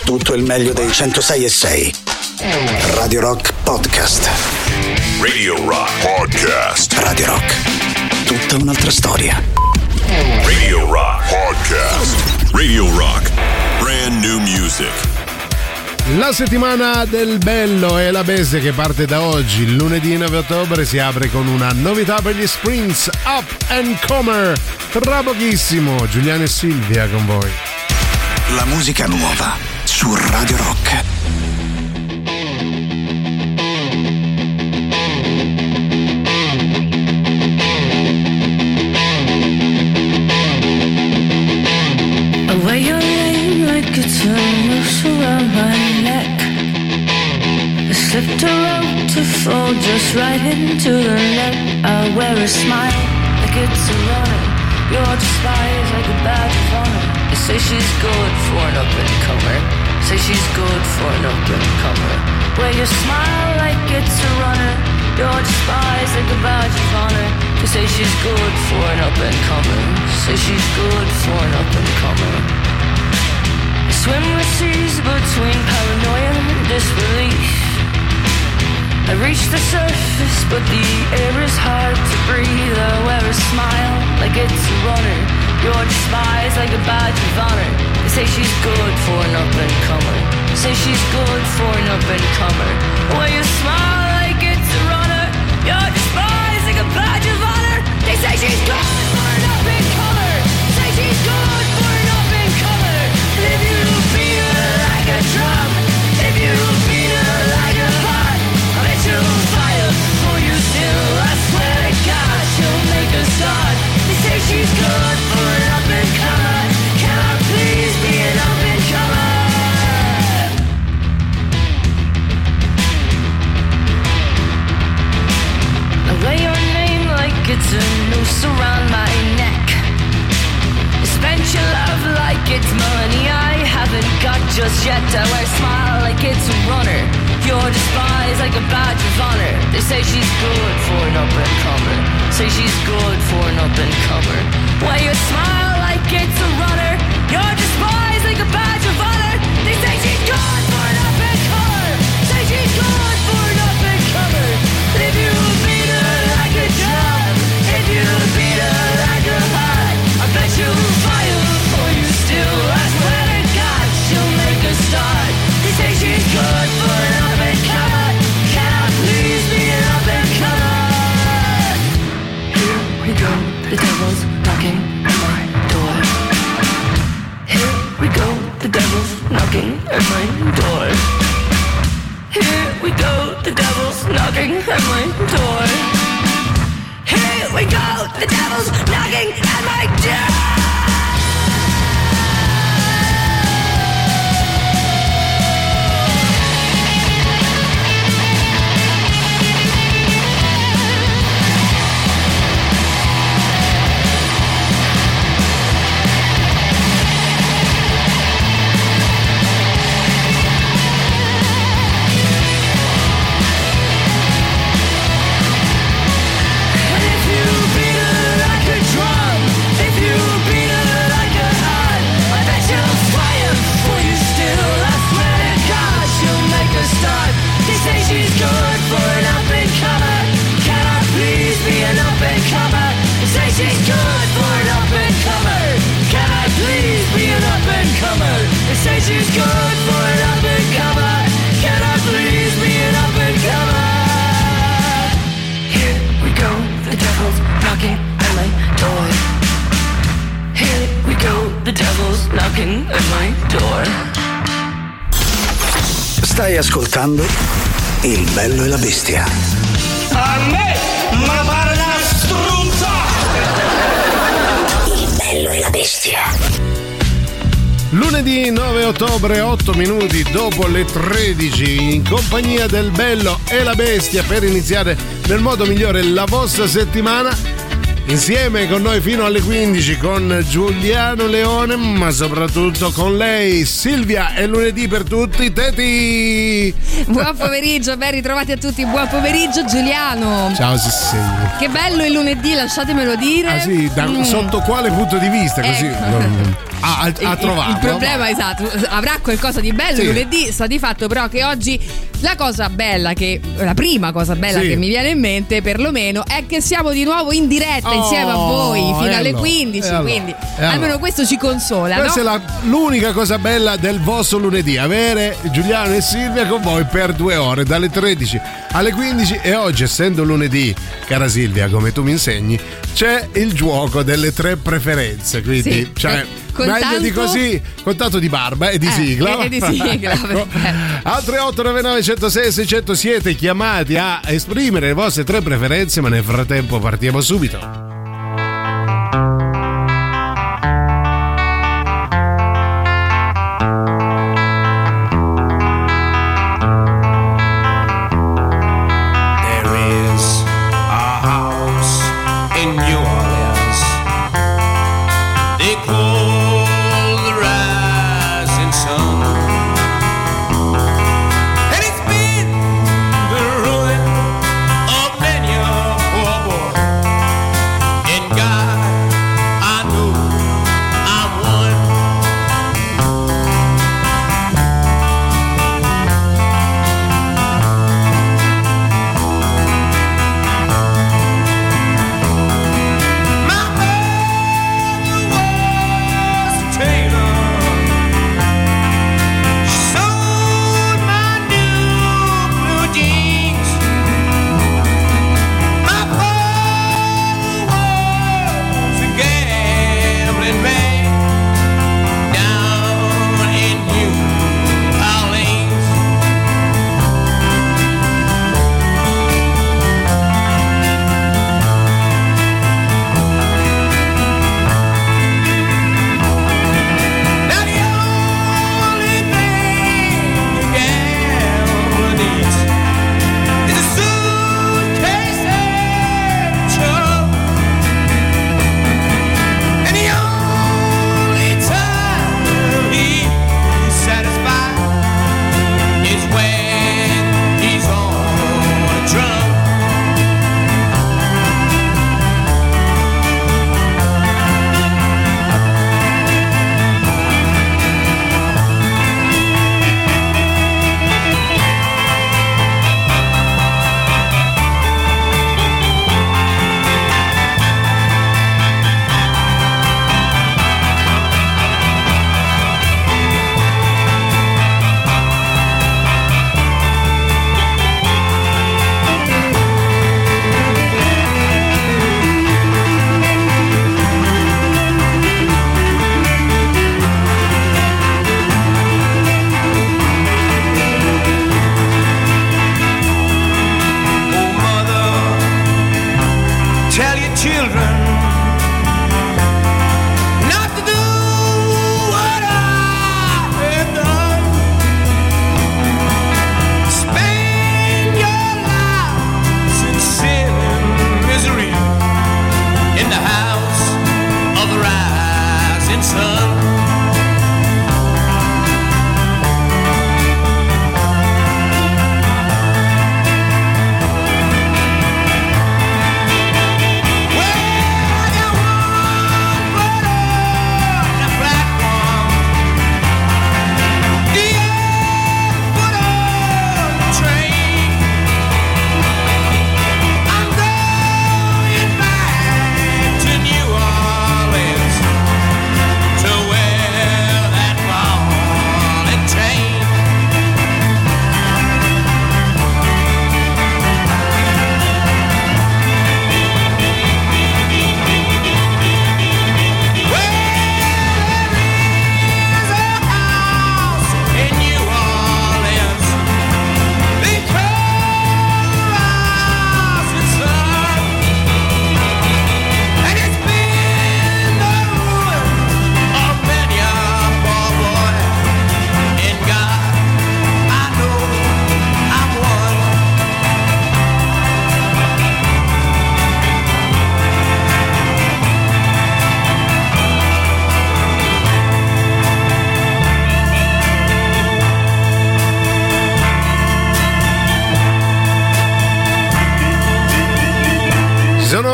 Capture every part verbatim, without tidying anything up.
tutto il meglio dei centosei e sei. Radio Rock Podcast. Radio Rock Podcast. Radio Rock. Tutta un'altra storia. Radio Rock Podcast. Radio Rock. Brand new music. La settimana del Bello e la Bestia che parte da oggi, lunedì nove ottobre, si apre con una novità per gli Springs, Up and Comer. Tra pochissimo, Giuliano e Silvia con voi. La musica nuova su Radio Rock. Wear your name like it's a noose around my neck. I slipped a rope to fall just right into the net. I wear a smile like it's a runner. Your despise like a badge of honor. They say she's good for an up-and-comer. Say she's good for an up-and-comer. Wear your smile like it's a runner. Your despise like a badge of honor. They say she's good for an up-and-comer. Say she's good for an up-and-comer. I swim the seas between paranoia and disbelief. I reach the surface, but the air is hard to breathe. I wear a smile like it's a runner. You're despised like a badge of honor. They say she's good for an up-and-comer. Say she's good for an up-and-comer. Wear your smile like it's a runner. You're despised like a badge of honor. They say she's good for an up-and-comer. Say she's good for an up-and-comer. If you beat her like a drum, if you beat her like a heart, I bet you'll fire for you still. I swear to God, she'll make a start. They say she's good for an up-and-comer. Can I please be an up-and-comer? I wear your name like it's a noose around my neck. I spent your love like it's money I haven't got just yet. I wear a smile like it's a runner. You're despised like a badge of honor. They say she's good for an up-and-comer. Say she's good for an up-and-comer. Wear your smile like it's a runner. You're despised like a badge of honor. They say she's good for an up-and-comer. Say she's good for an up-and-comer. If you beat her like a drum, if you beat her like a heart, I bet you'll fire for you still. I swear to God, she'll make a start. They say she's good for an up-and-comer. Can I please be an up-and-comer? Here we go, the devil's knocking at my door. Here we go, the devil's knocking at my door. Here we go, the devil's knocking at my door. Here we go, the devil's knocking at my door. Say she's good for an up-and-comer. Can I please be an up-and-comer? Here we go, the devil's knocking at my door. Here we go, the devil's knocking at my door. Stai ascoltando Il Bello e la Bestia. A me, ma pare una struzza! Il Bello e la Bestia. Lunedì nove ottobre, otto minuti dopo le tredici, in compagnia del Bello e la Bestia, per iniziare nel modo migliore la vostra settimana. Insieme con noi fino alle quindici con Giuliano Leone, ma soprattutto con lei Silvia. È lunedì per tutti, Teti. Buon pomeriggio, ben ritrovati a tutti. Buon pomeriggio Giuliano. Ciao Silvia. Che bello il lunedì, lasciatemelo dire. Ah sì, da, mm. sotto quale punto di vista? Così ecco. non... a, a, a trovarlo. Il, il problema, esatto, avrà qualcosa di bello sì. lunedì, sta di fatto però che oggi la cosa bella che la prima cosa bella sì. che mi viene in mente perlomeno è che siamo di nuovo in diretta oh, insieme a voi fino alle allora, quindici, allora, quindi allora. almeno questo ci consola. Questa no? è la, l'unica cosa bella del vostro lunedì, avere Giuliano e Silvia con voi per due ore dalle tredici alle quindici. E oggi, essendo lunedì, cara Silvia, come tu mi insegni, c'è il gioco delle tre preferenze, quindi sì, cioè con meglio tanto... di così, con tanto di barba e di eh, sigla. E di sigla. Ecco. Al tre otto nove nove uno zero sei sei zero zero siete chiamati a esprimere le vostre tre preferenze, ma nel frattempo partiamo subito. The ruin of many a poor boy.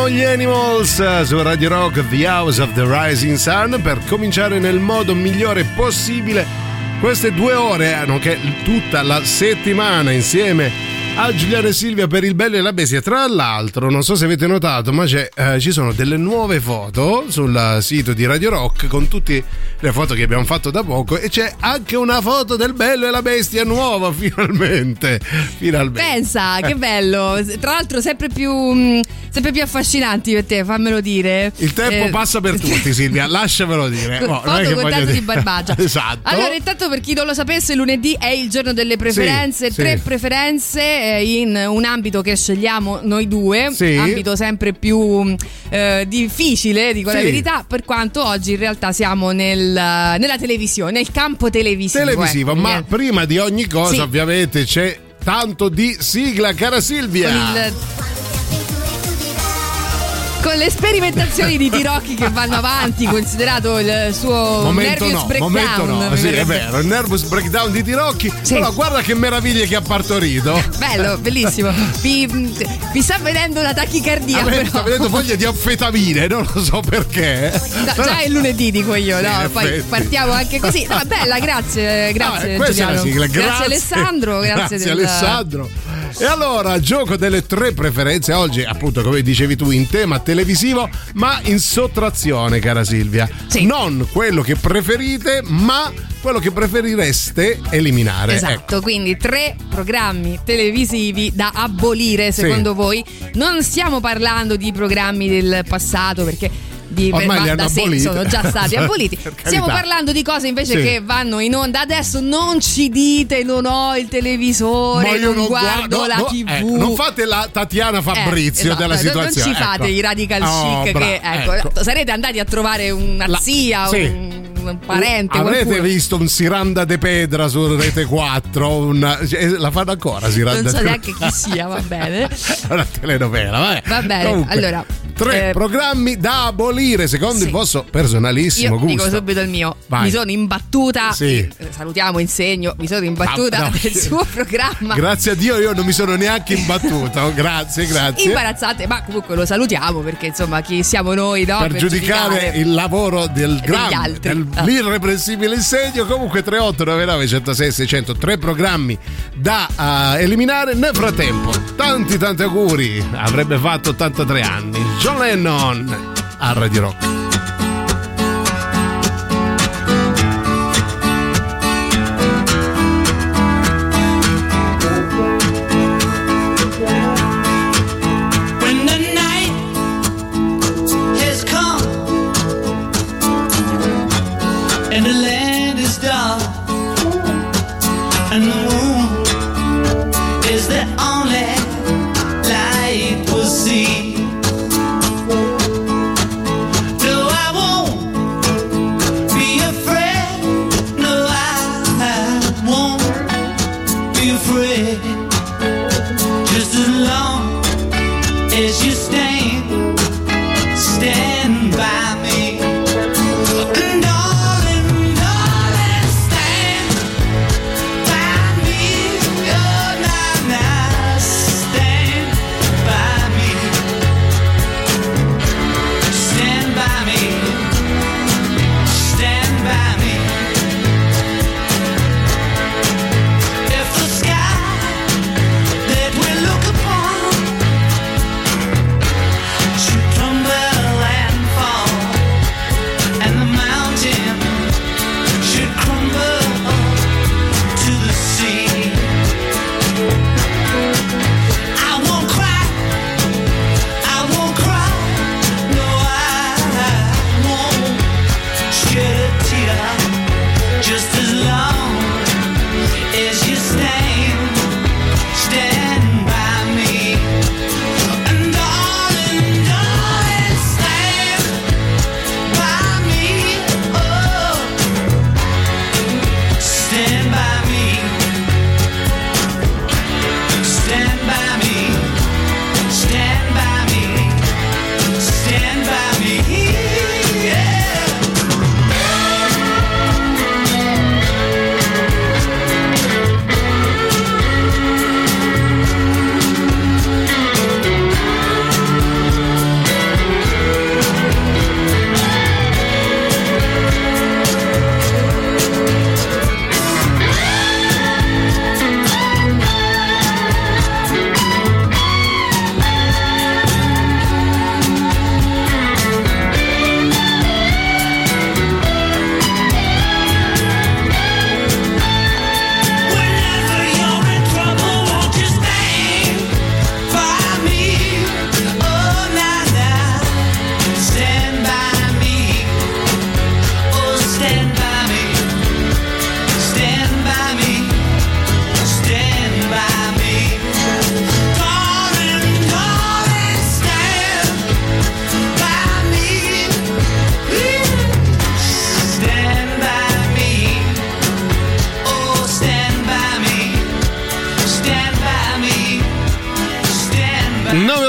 gli Animals su Radio Rock, The House of the Rising Sun, per cominciare nel modo migliore possibile queste due ore, nonché tutta la settimana insieme a Giuliano e Silvia per Il Bello e la Bestia. Tra l'altro, non so se avete notato, ma c'è, eh, ci sono delle nuove foto sul sito di Radio Rock con tutte le foto che abbiamo fatto da poco, e c'è anche una foto del Bello e la Bestia nuova, finalmente. Finalmente. Pensa, che bello. Tra l'altro sempre più sempre più affascinanti per te, fammelo dire. Il tempo eh, passa per tutti, Silvia, lasciamelo dire. Oh, foto con tanto di barbagia. Esatto. Allora, intanto, per chi non lo sapesse, lunedì è il giorno delle preferenze, sì, tre sì. preferenze in un ambito che scegliamo noi due, sì. ambito sempre più eh, difficile, dico sì. la verità, per quanto oggi in realtà siamo nel, nella televisione, nel campo televisivo. Televisivo, eh. ma Niente. prima di ogni cosa, sì. ovviamente, c'è tanto di sigla, cara Silvia. Con il... con le sperimentazioni di Tirocchi che vanno avanti, considerato il suo momento nervous no, breakdown. Momento no, sì, è vero, il nervous breakdown di Tirocchi. Sì. Però guarda che meraviglie che ha partorito. Bello, bellissimo. Vi, vi sta vedendo la tachicardia. A me però. sta vedendo foglie di anfetamine, non lo so perché. Da, già è lunedì, dico io, sì, no? Poi effetti. partiamo anche così. No, bella, grazie, grazie ah, Giuliano. Grazie, grazie Alessandro, grazie, grazie del... Alessandro. E allora, gioco delle tre preferenze oggi, appunto, come dicevi tu, in tema televisivo, ma in sottrazione, cara Silvia. Sì. Non quello che preferite, ma quello che preferireste eliminare. Esatto, ecco. Quindi tre programmi televisivi da abolire, secondo sì. voi. Non stiamo parlando di programmi del passato, perché di ormai li hanno da sé aboliti. Sono già stati aboliti. Stiamo parlando di cose invece sì. che vanno in onda adesso. Non ci dite non ho il televisore, non, non guardo no, la no, tivù. Ecco, non fate la Tatiana Fabrizio eh, esatto, della situazione. Non ci fate ecco. i radical oh, chic bra- che ecco, ecco. sarete andati a trovare una la, zia sì. un un parente. Avrete qualcuno. visto un Siranda de Pedra su Rete quattro? Una, la fanno ancora Siranda? Non so neanche chi sia, va bene. Una telenovela, vabbè. Va bene, comunque, allora. Tre eh, programmi da abolire secondo sì. il vostro personalissimo Io gusto. Dico subito il mio. Vai. Mi sono imbattuta. Sì. Salutiamo Insegno. Mi sono imbattuta ah, no. nel suo programma. Grazie a Dio io non mi sono neanche imbattuta. grazie, grazie. Imbarazzate, ma comunque lo salutiamo perché insomma chi siamo noi no, per, per giudicare, giudicare il lavoro del grande, dell'irreprensibile Insegno. Comunque tre otto nove nove uno zero sei sei zero zero, tre programmi da uh, eliminare. Nel frattempo, tanti tanti auguri. Avrebbe fatto ottantatré anni John Lennon a Radio Rock. No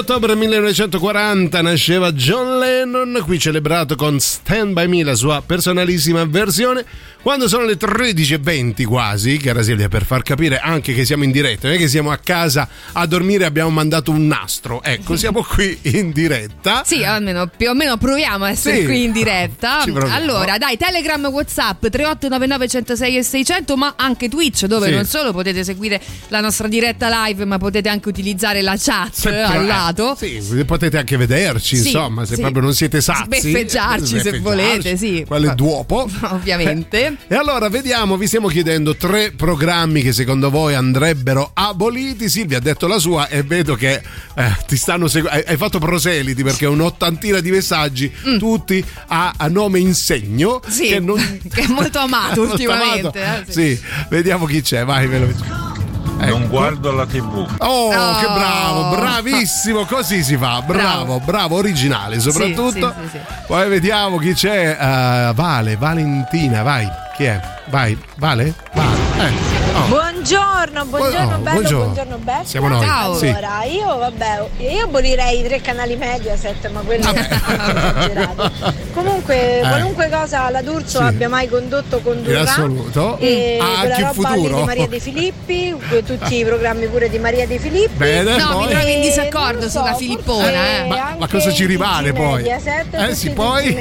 ottobre millenovecentoquaranta nasceva John Lennon, qui celebrato con Stand By Me, la sua personalissima versione. Quando sono le tredici e venti quasi, cara Silvia, per far capire anche che siamo in diretta, non è che siamo a casa a dormire e abbiamo mandato un nastro, ecco, siamo qui in diretta. Sì, almeno più o meno proviamo a essere sì, qui in diretta. Allora, dai, Telegram, WhatsApp tre otto nove nove uno zero sei e seicento, ma anche Twitch, dove sì, non solo potete seguire la nostra diretta live, ma potete anche utilizzare la chat sempre al lato. Eh, sì, potete anche vederci, sì, insomma, se sì, proprio non siete sazi. Sbeffeggiarci se volete, sì. Quale duopo. Ovviamente. E allora vediamo, vi stiamo chiedendo tre programmi che secondo voi andrebbero aboliti. Silvia ha detto la sua e vedo che eh, ti stanno seguendo. Hai fatto proseliti perché un'ottantina di messaggi, mm. tutti a, a nome in segno. Sì, che, non... che è molto amato ultimamente. Amato. Eh, sì. sì, vediamo chi c'è, vai veloce. Ecco. Non guardo la tivù. Oh, oh, che bravo, bravissimo, così si fa. Bravo, bravo, bravo, originale soprattutto. Sì, sì, sì, sì. Poi vediamo chi c'è. Uh, Vale, Valentina, vai. Chi è? Vai, Vale? Vale. Eh. Oh. Buongiorno, buongiorno, oh, bello, buongiorno, buongiorno Beth. Siamo noi. Ciao. Allora, sì, io vabbè, io abolirei i tre canali Mediaset, ma quelli sono esagerati. Comunque, eh. qualunque cosa la D'Urso sì, abbia mai condotto, condurrà. In assoluto. E ah, quella anche roba futuro. di Maria De Filippi, tutti i programmi pure di Maria De Filippi. Bene, no, poi. mi trovi in disaccordo so, sulla Filippona. Eh. Ma, ma cosa ci rimane poi? Mediaset, eh sì, poi?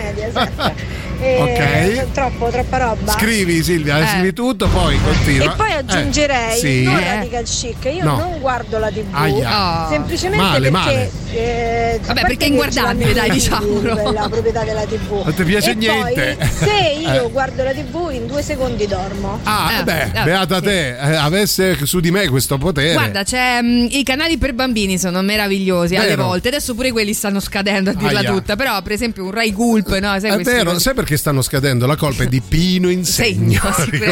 Eh, ok, troppo, troppa roba. Scrivi Silvia, eh. scrivi tutto, poi continua. E poi aggiungerei, eh. sì. non Radical Chic, io no, non guardo la tivù, Aia. semplicemente male, perché male. Eh, vabbè, perché è inguardabile, dai, diciamolo. La proprietà della tivù. Non ti piace e niente. Poi, se io eh. guardo la tivù in due secondi dormo. Ah, eh, beh, eh, beata sì, te, eh, avesse su di me questo potere. Guarda, c'è mh, i canali per bambini sono meravigliosi. Vero. Alle volte, adesso pure quelli stanno scadendo, a dirla Aia. tutta. Però, per esempio, un Rai Gulp, no? Sai, è vero, sai perché stanno scadendo? La colpa è di Pino Insegno,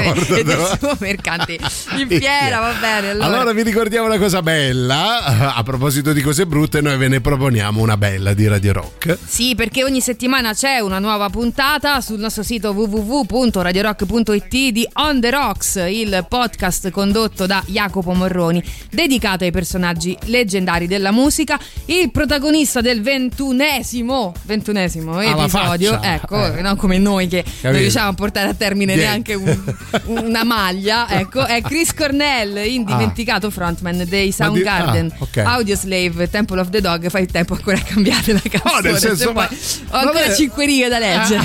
e del suo mercante in fiera, va bene. Allora. allora vi ricordiamo una cosa bella. A proposito di cose brutte, noi ve ne proponiamo una bella di Radio Rock. Sì, perché ogni settimana c'è una nuova puntata sul nostro sito w w w punto radio rock punto i t di On The Rocks, il podcast condotto da Jacopo Morroni, dedicato ai personaggi leggendari della musica. Il protagonista del ventunesimo ventunesimo episodio, ecco, eh. non come noi che Capito. non riusciamo a portare a termine yeah. neanche un, una maglia, ecco, è Chris Cornell, indimenticato ah. frontman dei Soundgarden, ah, okay. Audioslave, Temple of the Dog. Fai il tempo ancora a cambiare la canzone, oh, nel senso, se ma... puoi. Ho ancora vabbè. cinque righe da leggere.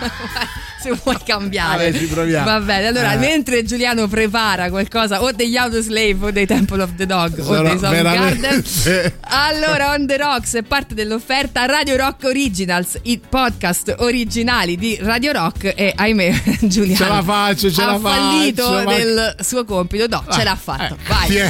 Ah. Se vuoi cambiare. Vabbè, ci proviamo. Va bene, allora eh. mentre Giuliano prepara qualcosa o degli Audioslave o dei Temple of the Dog Sono o dei Soundgarden, veramente... allora On The Rocks è parte dell'offerta Radio Rock Originals, i podcast originali di Radio Rock. E ahimè Giuliano ce la faccio, ce ha la fallito faccio, nel ma... suo compito. No, ah, ce l'ha fatto, eh, vai. Yeah.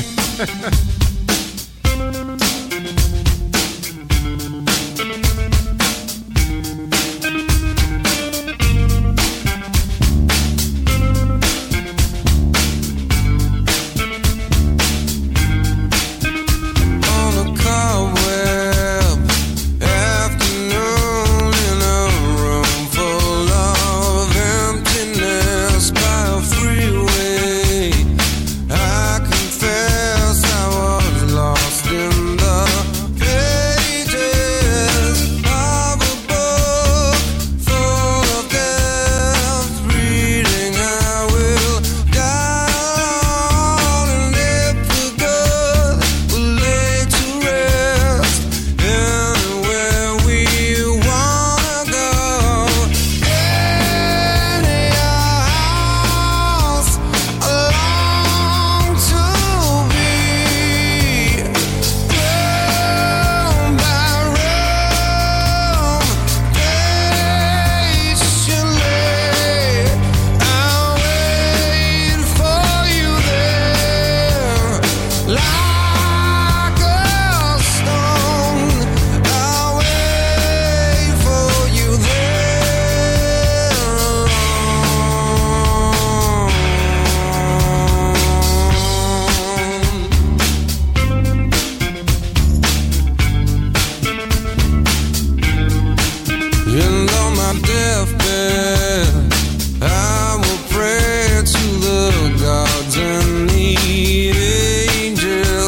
Angels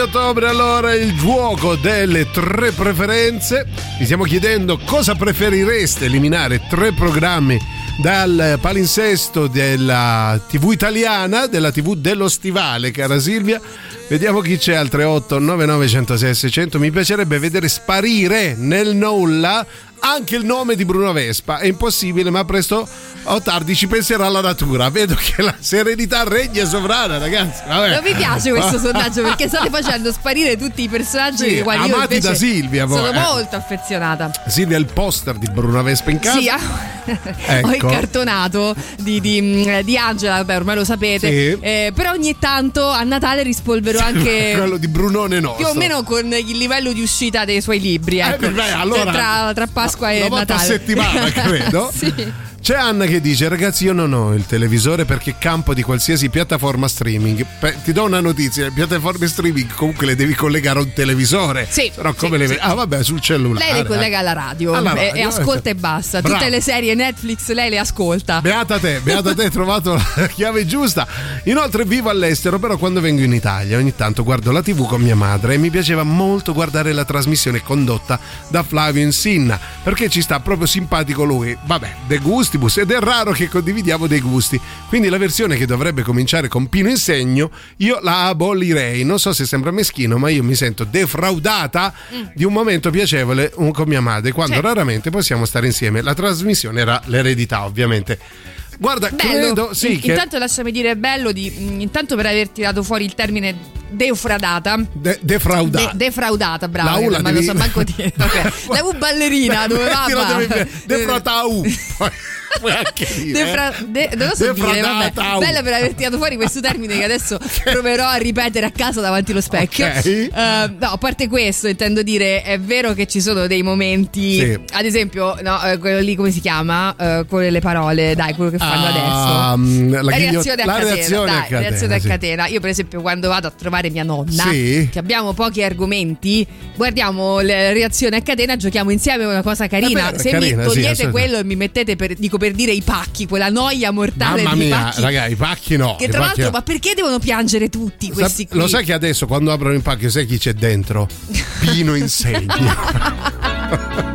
ottobre, allora il gioco delle tre preferenze. Vi stiamo chiedendo cosa preferireste eliminare, tre programmi dal palinsesto della tivù italiana, della tivù dello stivale, cara Silvia. Vediamo chi c'è al tre otto nove nove uno zero sei sei zero zero. Mi piacerebbe vedere sparire nel nulla anche il nome di Bruno Vespa. È impossibile, ma presto o tardi ci penserà la natura. Vedo che la serenità regna sovrana, ragazzi. Vabbè. Non mi piace questo sondaggio perché state facendo sparire tutti i personaggi sì, ai quali io amati da Silvia. Sono eh. molto affezionata. Silvia ha il poster di Bruno Vespa in casa. Sì, ecco. Ho il cartonato di, di, di Angela, beh, ormai lo sapete. Sì. Eh, però ogni tanto a Natale rispolvero anche quello di Brunone nostro, più o meno con il livello di uscita dei suoi libri, ecco. eh, beh, allora, cioè, tra, tra Pasqua e una volta Natale a settimana, credo. Sì. C'è Anna che dice: ragazzi, io non ho il televisore perché campo di qualsiasi piattaforma streaming. Beh, ti do una notizia: le piattaforme streaming comunque le devi collegare a un televisore. Sì, però come sì, le sì. Ah, vabbè, sul cellulare. Lei le collega alla radio, alla radio e, e ascolta eh. e basta. Bravo. Tutte le serie Netflix lei le ascolta. Beata te, beata te, hai trovato la chiave giusta. Inoltre vivo all'estero, però quando vengo in Italia ogni tanto guardo la tivù con mia madre e mi piaceva molto guardare la trasmissione condotta da Flavio Insinna, perché ci sta proprio simpatico lui. Vabbè, de gustibus, ed è raro che condividiamo dei gusti, quindi la versione che dovrebbe cominciare con Pino Insegno io la abolirei. Non so se sembra meschino, ma io mi sento defraudata mm. di un momento piacevole con mia madre quando certo. raramente possiamo stare insieme. La trasmissione era L'eredità, ovviamente. Guarda, bello. credo sì, In, che... intanto lasciami dire bello di intanto per aver tirato fuori il termine defraudata. De- defraudata. De- defraudata, brava. La U la ma devi... lo so manco dire. Okay. La U ballerina, dove va? Devi... Defrata U. Puoi anche dire. Defra... De... Non lo so dire, vabbè. Bella per aver tirato fuori questo termine che adesso proverò a ripetere a casa davanti allo specchio. Okay. Uh, no, a parte questo, intendo dire, è vero che ci sono dei momenti, sì. ad esempio, no, quello lì come si chiama? Uh, con le parole, dai, quello che fanno ah, adesso. La, la reazione a la catena. Reazione dai, a catena, reazione a sì. catena. Io, per esempio, quando vado a trovare mia nonna, sì. che abbiamo pochi argomenti, guardiamo le reazioni a catena, giochiamo insieme una cosa carina. Eh beh, Se carina, mi togliete sì, quello e mi mettete per, dico per dire i pacchi, quella noia mortale Mamma di mia, pacchi. raga, i pacchi no. Che tra l'altro, ma perché devono piangere tutti questi qui? Lo sai che adesso quando aprono il pacchio sai chi c'è dentro? Pino Insegno.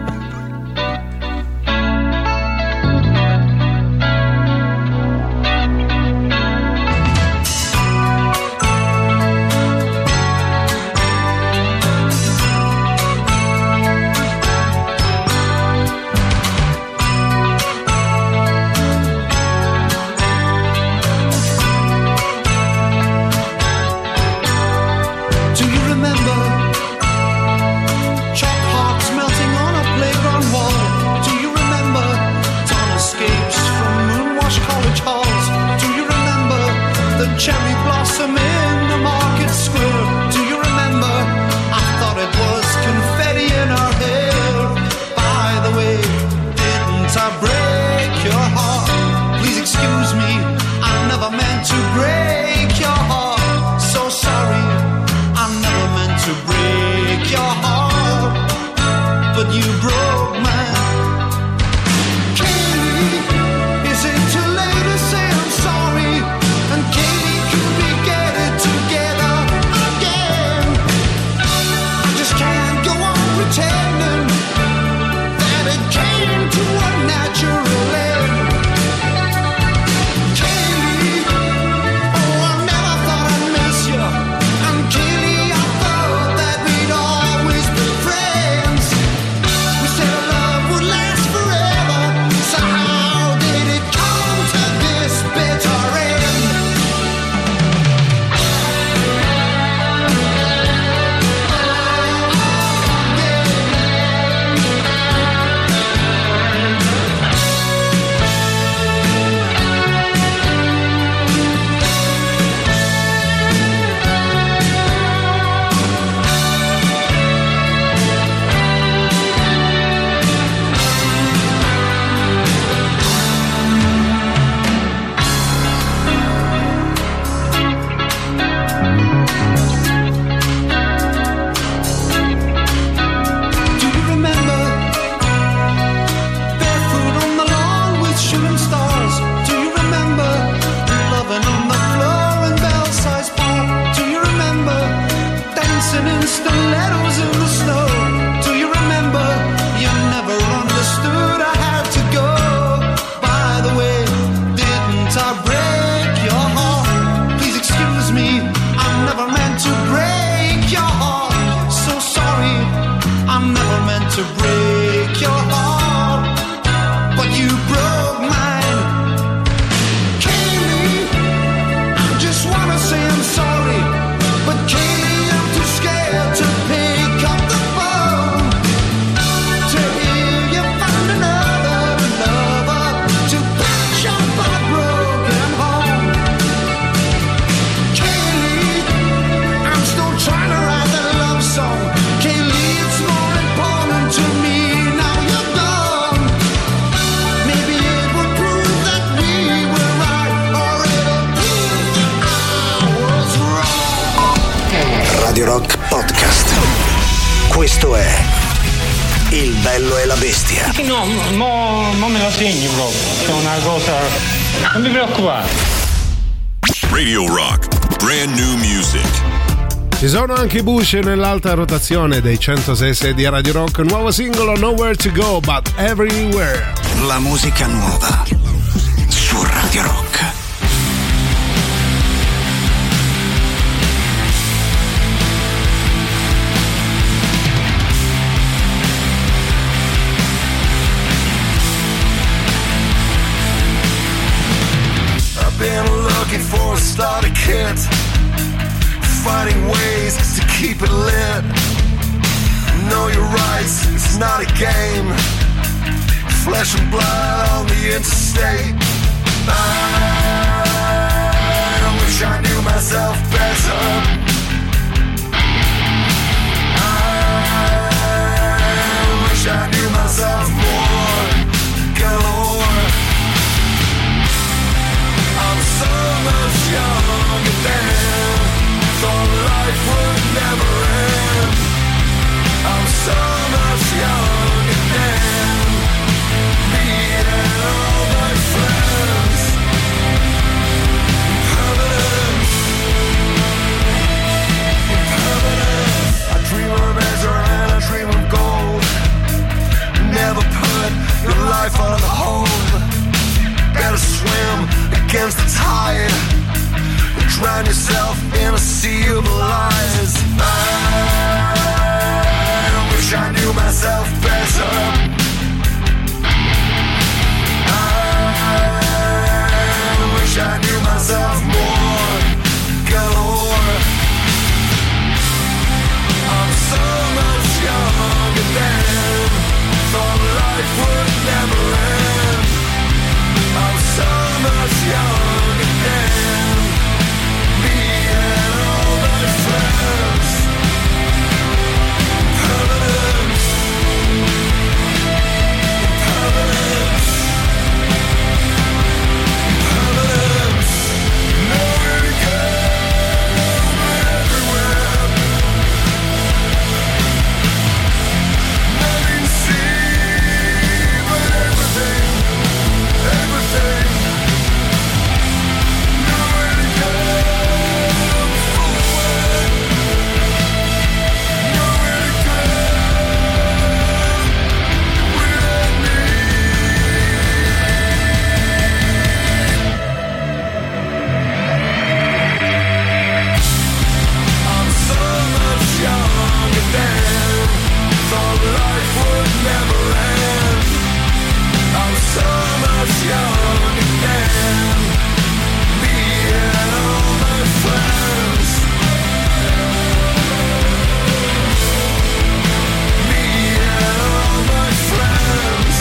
Cherry blossom in the market square. Do you remember? I thought it was confetti in her hair. By the way, didn't I break your heart? Please excuse me, I never meant to break your heart. So sorry, I never meant to break your heart. But you broke mine. Katie, is it too late to say I'm sorry? And Katie could be Radio Rock Podcast. Questo è Il bello e la bestia. No, mo, mo me lo segni proprio. È una cosa. Non mi preoccupare. Radio Rock, brand new music. Ci sono anche i Bush nell'alta rotazione dei centosei sei di Radio Rock. Nuovo singolo Nowhere to Go But Everywhere. La musica nuova su Radio Rock. I've been looking for a starter kit, finding ways to keep it lit. Know your rights, it's not a game. Flesh and blood on the interstate. I wish I knew myself better. I wish I knew myself more. Galore. I'm so much younger than thought life would never end. I'm so much younger than me and all my friends. Permanence, permanence. I dream of azure and I dream of gold. Never put your life on hold. Better swim against the tide. Drown yourself in a sea of lies. I wish I knew myself better. I wish I knew myself more. Galore. I'm so much younger than thought life would never end. I'm so much younger than me and all my friends. Permanence, permanence, permanence. Nowhere to go but everywhere. Nothing to see but everything, everything. Nowhere to go forward. Nowhere to go without me. I'm so much younger than thought life would never end. I'm so much younger than me and all my friends. Me and all my friends.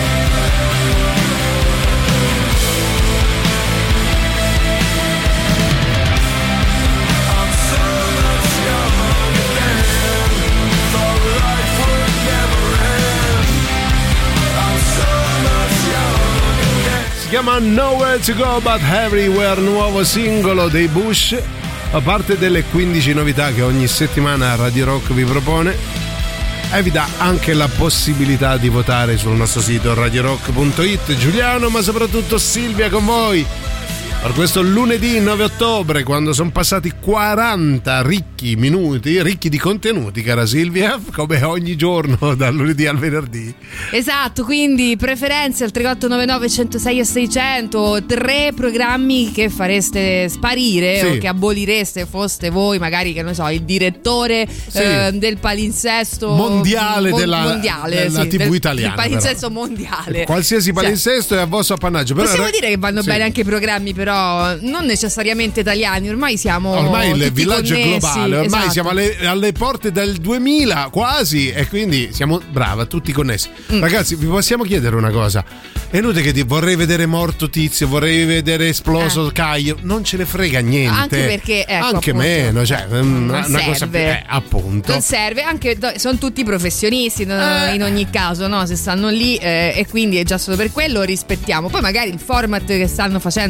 I'm so much younger than thought life would never end. I'm so much younger than. Si chiama Nowhere to Go But Everywhere, nuovo singolo dei Bush. A parte delle quindici novità che ogni settimana Radio Rock vi propone, e vi dà anche la possibilità di votare sul nostro sito radio rock punto it. Giuliano, ma soprattutto Silvia con voi per questo lunedì nove ottobre, quando sono passati quaranta ricchi minuti, ricchi di contenuti, cara Silvia, come ogni giorno dal lunedì al venerdì. Esatto, quindi preferenze al tre otto nove nove uno zero sei e seicento, tre programmi che fareste sparire, Sì. o che abolireste, foste voi magari, che non so, il direttore Sì. eh, del palinsesto Mondiale mon- della- mondiale, della sì, tivù del- italiana, il palinsesto però. mondiale. Qualsiasi Cioè, palinsesto è a vostro appannaggio. Però possiamo ra- dire che vanno Sì. bene anche i programmi, però non necessariamente italiani, ormai siamo Ormai il tutti villaggio è connessi, globale, ormai esatto. siamo alle, alle porte del duemila quasi, e quindi siamo brava, tutti connessi. Mm. Ragazzi, vi possiamo chiedere una cosa? È inutile che ti vorrei vedere morto Tizio, vorrei vedere esploso Eh. Caio, non ce ne frega niente. Anche perché, ecco, anche appunto, meno, cioè una, non una cosa serve. eh, appunto. Non serve, anche do- sono tutti professionisti no, Eh. in ogni caso, no? Se stanno lì eh, e quindi è già solo per quello rispettiamo. Poi magari il format che stanno facendo in questo momento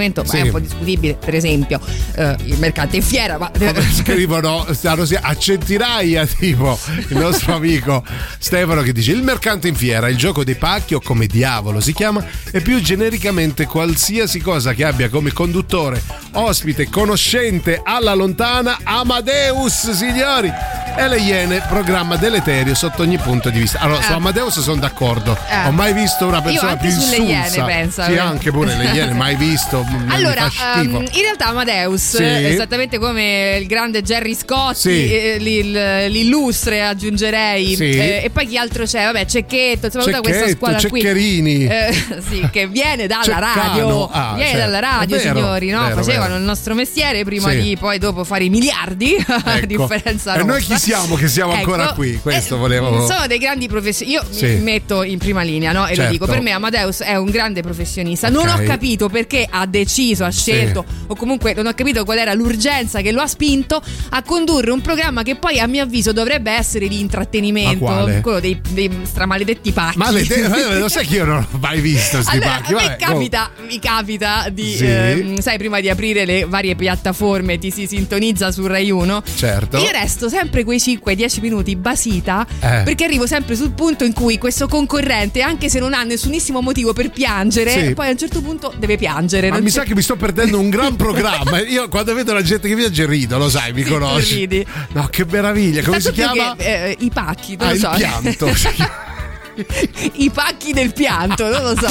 momento, sì. ma è un po' discutibile, per esempio eh, il mercante in fiera, ma scrivono stanno a centinaia, tipo il nostro amico Stefano che dice: il mercante in fiera, il gioco dei pacchi o come diavolo si chiama, e più genericamente qualsiasi cosa che abbia come conduttore, ospite, conoscente alla lontana Amadeus, signori. E le Iene, programma deleterio sotto ogni punto di vista. Allora, eh. su Amadeus sono d'accordo. Eh. Ho mai visto una persona più insulsa. Io anche sulle Iene, pensa. Sì, anche pure le Iene, mai visto. Allora, um, in realtà Amadeus, sì. esattamente come il grande Gerry Scotti, sì. eh, l'illustre aggiungerei. Sì. Eh, e poi chi altro c'è? Vabbè, Cecchetto, insomma, tutta questa squadra Ceccherini. qui. Eh, sì, che viene dalla Ceccano. radio. Ah, viene certo. dalla radio, vero, signori, no? Vero, Facevano vero. il nostro mestiere prima sì. di poi dopo fare i miliardi. Ecco. A differenza e noi chi siamo che siamo ecco, ancora qui? Questo eh, volevo. Sono dei grandi professionisti. Io sì. mi metto in prima linea, no? E certo. lo dico, per me Amadeus è un grande professionista. Okay. Non ho capito perché ha deciso, ha scelto, sì. o comunque non ho capito qual era l'urgenza che lo ha spinto a condurre un programma che poi a mio avviso dovrebbe essere di intrattenimento, quello dei, dei stramaledetti pacchi. Ma le, lo sai che io non ho mai visto sti allora, pacchi? A me capita, oh. mi capita di sì. ehm, sai, prima di aprire le varie piattaforme ti si sintonizza su Rai uno. Certo. Io resto sempre quei cinque dieci minuti basita eh. perché arrivo sempre sul punto in cui questo concorrente, anche se non ha nessunissimo motivo per piangere, sì. poi a un certo punto deve piangere. Ma mi c'è... sa che mi sto perdendo un gran programma. Io quando vedo la gente che piange rido, lo sai, mi sì, conosci. Ridi. No, che meraviglia, come Tanto si chiama? Che, eh, I pacchi, non ah, lo so. Il pianto. I pacchi del pianto, non lo so.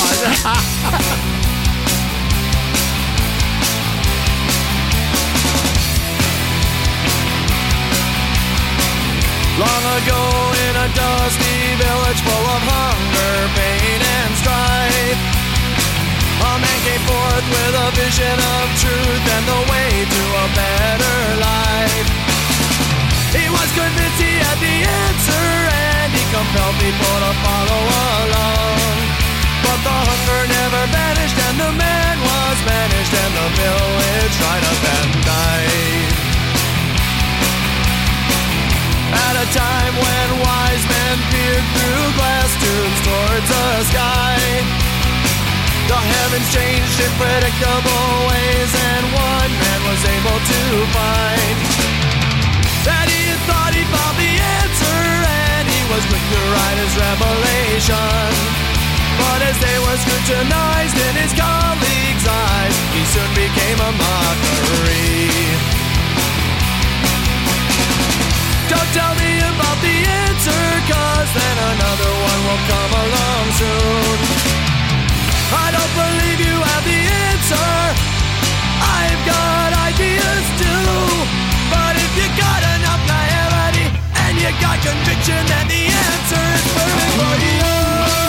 Long ago in a dusty village full of hunger, pain and strife, a man came forth with a vision of truth and the way to a better life. He was convinced he had the answer and he compelled people to follow along. But the hunger never vanished and the man was banished and the village dried up and died. At a time when wise men peered through glass tubes towards the sky, the heavens changed in predictable ways and one man was able to find that he had thought he found the answer and he was quick to write his revelation. But as they were scrutinized in his colleagues' eyes, he soon became a mockery. Don't tell me about the answer, cause then another one will come along soon. I don't believe you have the answer, I've got ideas too. But if you got enough naivety and you got conviction, then the answer is perfect for you.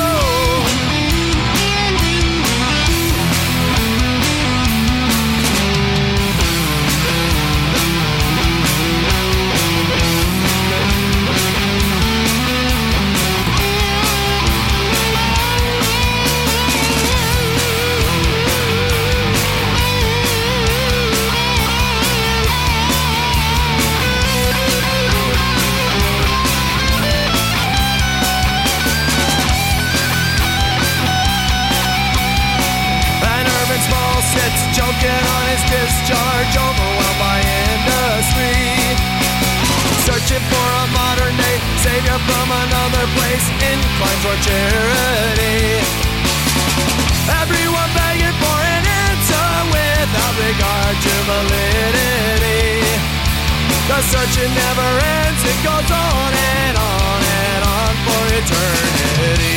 Sits choking on his discharge, overwhelmed by industry, searching for a modern day savior from another place, inclined toward charity. Everyone begging for an answer without regard to validity. The searching never ends, it goes on and on and on for eternity.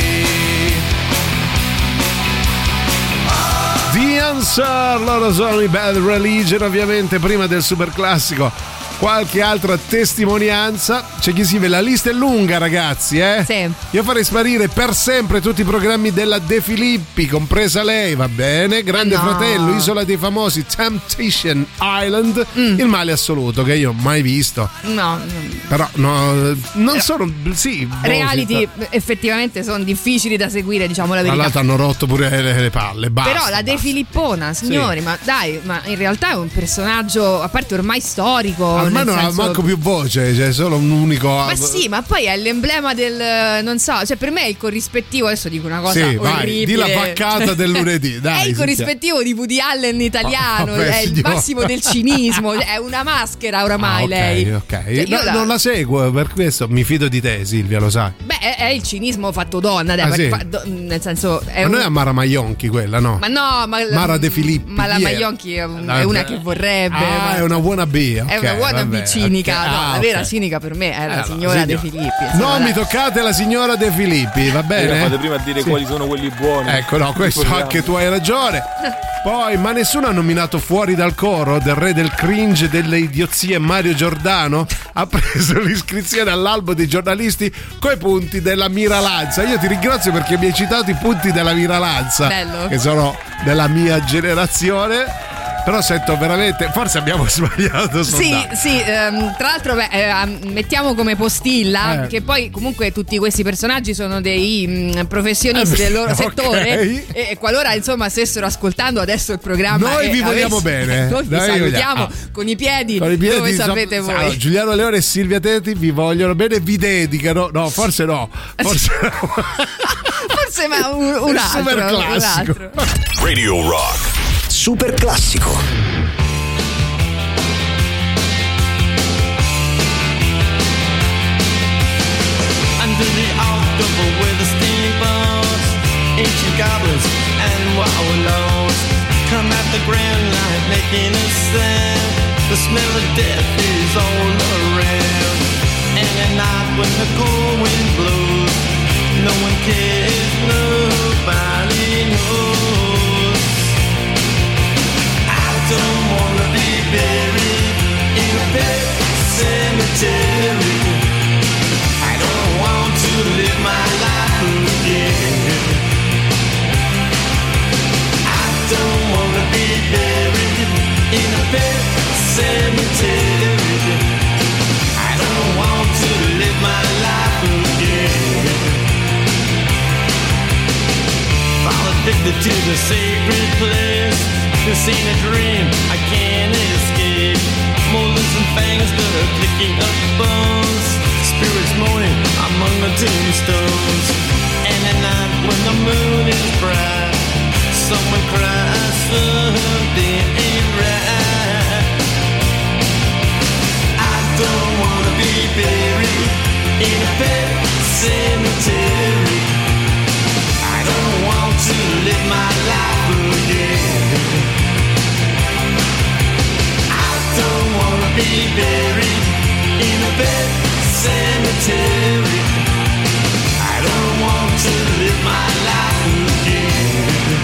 The Answer, loro sono i Bad Religion, ovviamente prima del super classico. Qualche altra testimonianza. C'è chi scrive: la lista è lunga, ragazzi, eh? Sì. Io farei sparire per sempre tutti i programmi della De Filippi, compresa lei, va bene? Grande no. Fratello, Isola dei Famosi, Temptation Island, mm. Il Male Assoluto, che io ho mai visto. No. Però no, non sono, sì. Reality boh, effettivamente sono difficili da seguire, diciamo la verità. Tra l'altro hanno rotto pure le, le palle, basta. Però la De Filippona, signori, sì. ma dai, ma in realtà è un personaggio, a parte ormai storico. ormai non ha manco più voce, cioè solo un unico. Ma sì, ma poi è l'emblema del, non so, cioè per me è il corrispettivo, adesso dico una cosa sì, orribile. Vai, di la vaccata del lunedì, dai. È il corrispettivo di Woody Allen italiano, oh, vabbè, è signora. Il massimo del cinismo, è una maschera oramai ah, okay, lei. Ok, cioè, no, la... non la seguo, per questo mi fido di te, Silvia, lo sai. Beh, è, è il cinismo fatto donna, dai, ah, sì? fa, do, nel senso è ma un... non è Mara Maionchi quella, no? Ma no, ma Mara De Filippi. Ma la Maionchi è, un, è una che vorrebbe. Ah, ma... è una buona B, okay, è una buona B cinica, okay. no, ah, la vera okay. cinica per me è eh, la no, signora signor... De Filippi. No, mi toccate la signora De Filippi, va bene? Eh, fate prima a dire sì. quali sono quelli buoni. Ecco, no, questo anche tu hai ragione. Poi, ma nessuno ha nominato fuori dal coro del re del cringe delle idiozie Mario Giordano? Ha preso l'iscrizione all'albo dei giornalisti coi punti della Miralanza. Io ti ringrazio perché mi hai citato i punti della Miralanza, bello, che sono della mia generazione. Però sento veramente, forse abbiamo sbagliato. Sì, sì, ehm, tra l'altro beh, eh, mettiamo come postilla eh. che poi comunque tutti questi personaggi sono dei mh, professionisti eh, del loro okay. settore e, e qualora insomma stessero ascoltando adesso il programma noi vi vogliamo avessi, bene noi vi noi salutiamo ah. con i piedi, con i piedi dove so, sapete so, voi. Giuliano Leone e Silvia Teti vi vogliono bene, vi dedicano, no forse no forse no. Forse ma un, un altro, super classico. Un altro. Radio Rock Super classico. Under the October with the steamboats, ancient goblins and wallows come at the grand light making a sound. The smell of death is all around. And at night when the cold wind blows, no one cares, nobody knows. I don't wanna be buried in a pet cemetery. I don't want to live my life again. I don't wanna be buried in a pet cemetery. I don't want to live my life again. Fall addicted to the sacred place. This ain't a dream, I can't escape. Molars and fangs that are picking up bones. Spirits moaning among the tombstones. And at night when the moon is bright, someone cries something ain't right. I don't wanna be buried in a pet cemetery. I don't want to live my life again. Don't wanna be buried in a pet cemetery. I don't want to live my life again.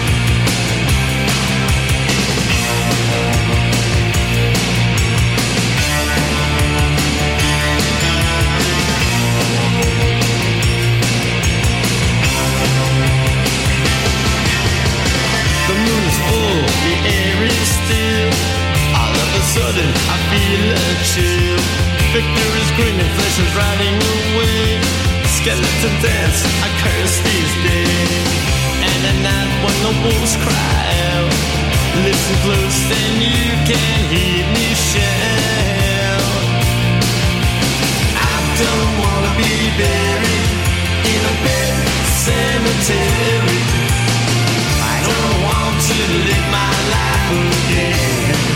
The moon is full, the air is still. All of a sudden I feel a chill. Victor is grinning, flesh is riding away. Skeleton dance, I curse these days. And at night when the wolves cry out, listen close and you can hear me shout. I don't wanna be buried in a pet cemetery. I don't want to live my life again.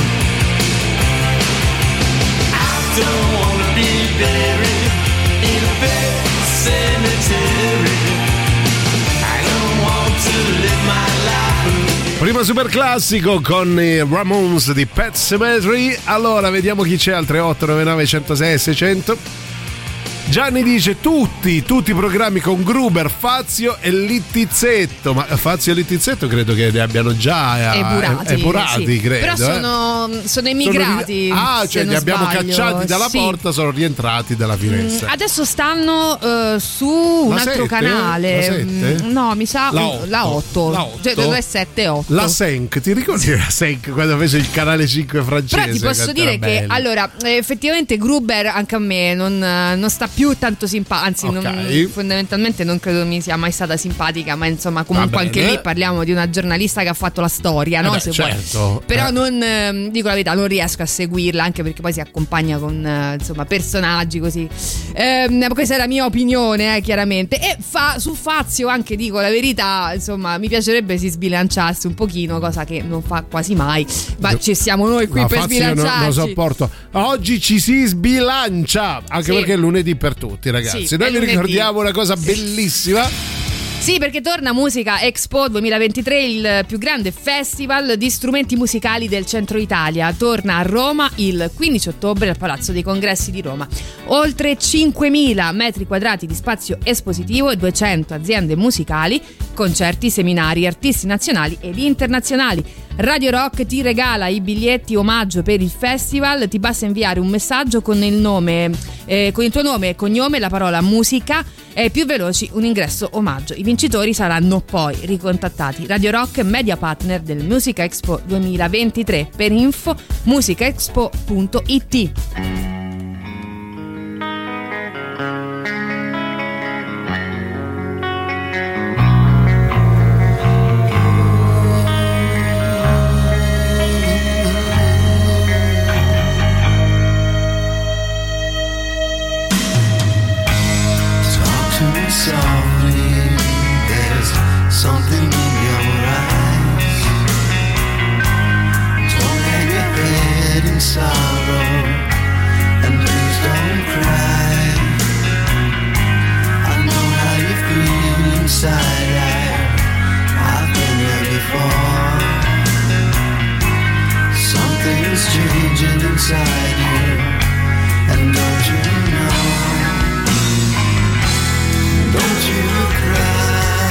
I don't wanna be buried in a pet cemetery. I don't want to live my life. Prima super classico con i Ramones di Pet Sematary. Allora vediamo chi c'è al tre otto nove nove uno zero sei sei zero zero. Gianni dice tutti, tutti i programmi con Gruber, Fazio e Littizzetto. Ma Fazio e Littizzetto credo che li abbiano già epurati, epurati sì. credo. Però sono, eh. sono emigrati. Sono, ah, cioè li abbiamo sbaglio. cacciati dalla sì. porta, sono rientrati dalla finestra. Mm, adesso stanno uh, su un la altro sette? canale. La sette? Mm, no, mi sa la otto. La otto. La otto. Cioè dove è sette otto. La Senk, ti ricordi la Senk quando fece il canale cinque francese? Però ti posso dire che bello. allora effettivamente Gruber anche a me non, non sta più tanto simpatica, anzi okay. non, fondamentalmente non credo mi sia mai stata simpatica, ma insomma comunque anche lì parliamo di una giornalista che ha fatto la storia, no? Eh beh, Se certo. vuoi. Però eh. non eh, dico la verità, non riesco a seguirla, anche perché poi si accompagna con eh, insomma personaggi così. Eh, questa è la mia opinione, eh, chiaramente. E fa, su Fazio anche dico la verità, insomma mi piacerebbe si sbilanciasse un pochino, cosa che non fa quasi mai, ma ci siamo noi qui no, per Fazio sbilanciarci. Non lo sopporto. Oggi ci si sbilancia, anche sì. perché è lunedì per tutti, ragazzi. Sì, noi vi lunedì. ricordiamo una cosa bellissima. Sì, perché torna Musica Expo duemilaventitré, il più grande festival di strumenti musicali del centro Italia. Torna a Roma il quindici ottobre al Palazzo dei Congressi di Roma. Oltre cinquemila metri quadrati di spazio espositivo e duecento aziende musicali, concerti, seminari, artisti nazionali ed internazionali. Radio Rock ti regala i biglietti omaggio per il festival. Ti basta inviare un messaggio con il nome, eh, con il tuo nome e cognome, la parola musica, e più veloci un ingresso omaggio. I vincitori saranno poi ricontattati. Radio Rock, media partner del Musica Expo duemilaventitré. Per info musicaexpo punto it. Something in your eyes. Don't hang your head in sorrow, and please don't cry. I know how you feel inside. I, I've been there before. Something's changing inside you, and don't you know? Don't you cry.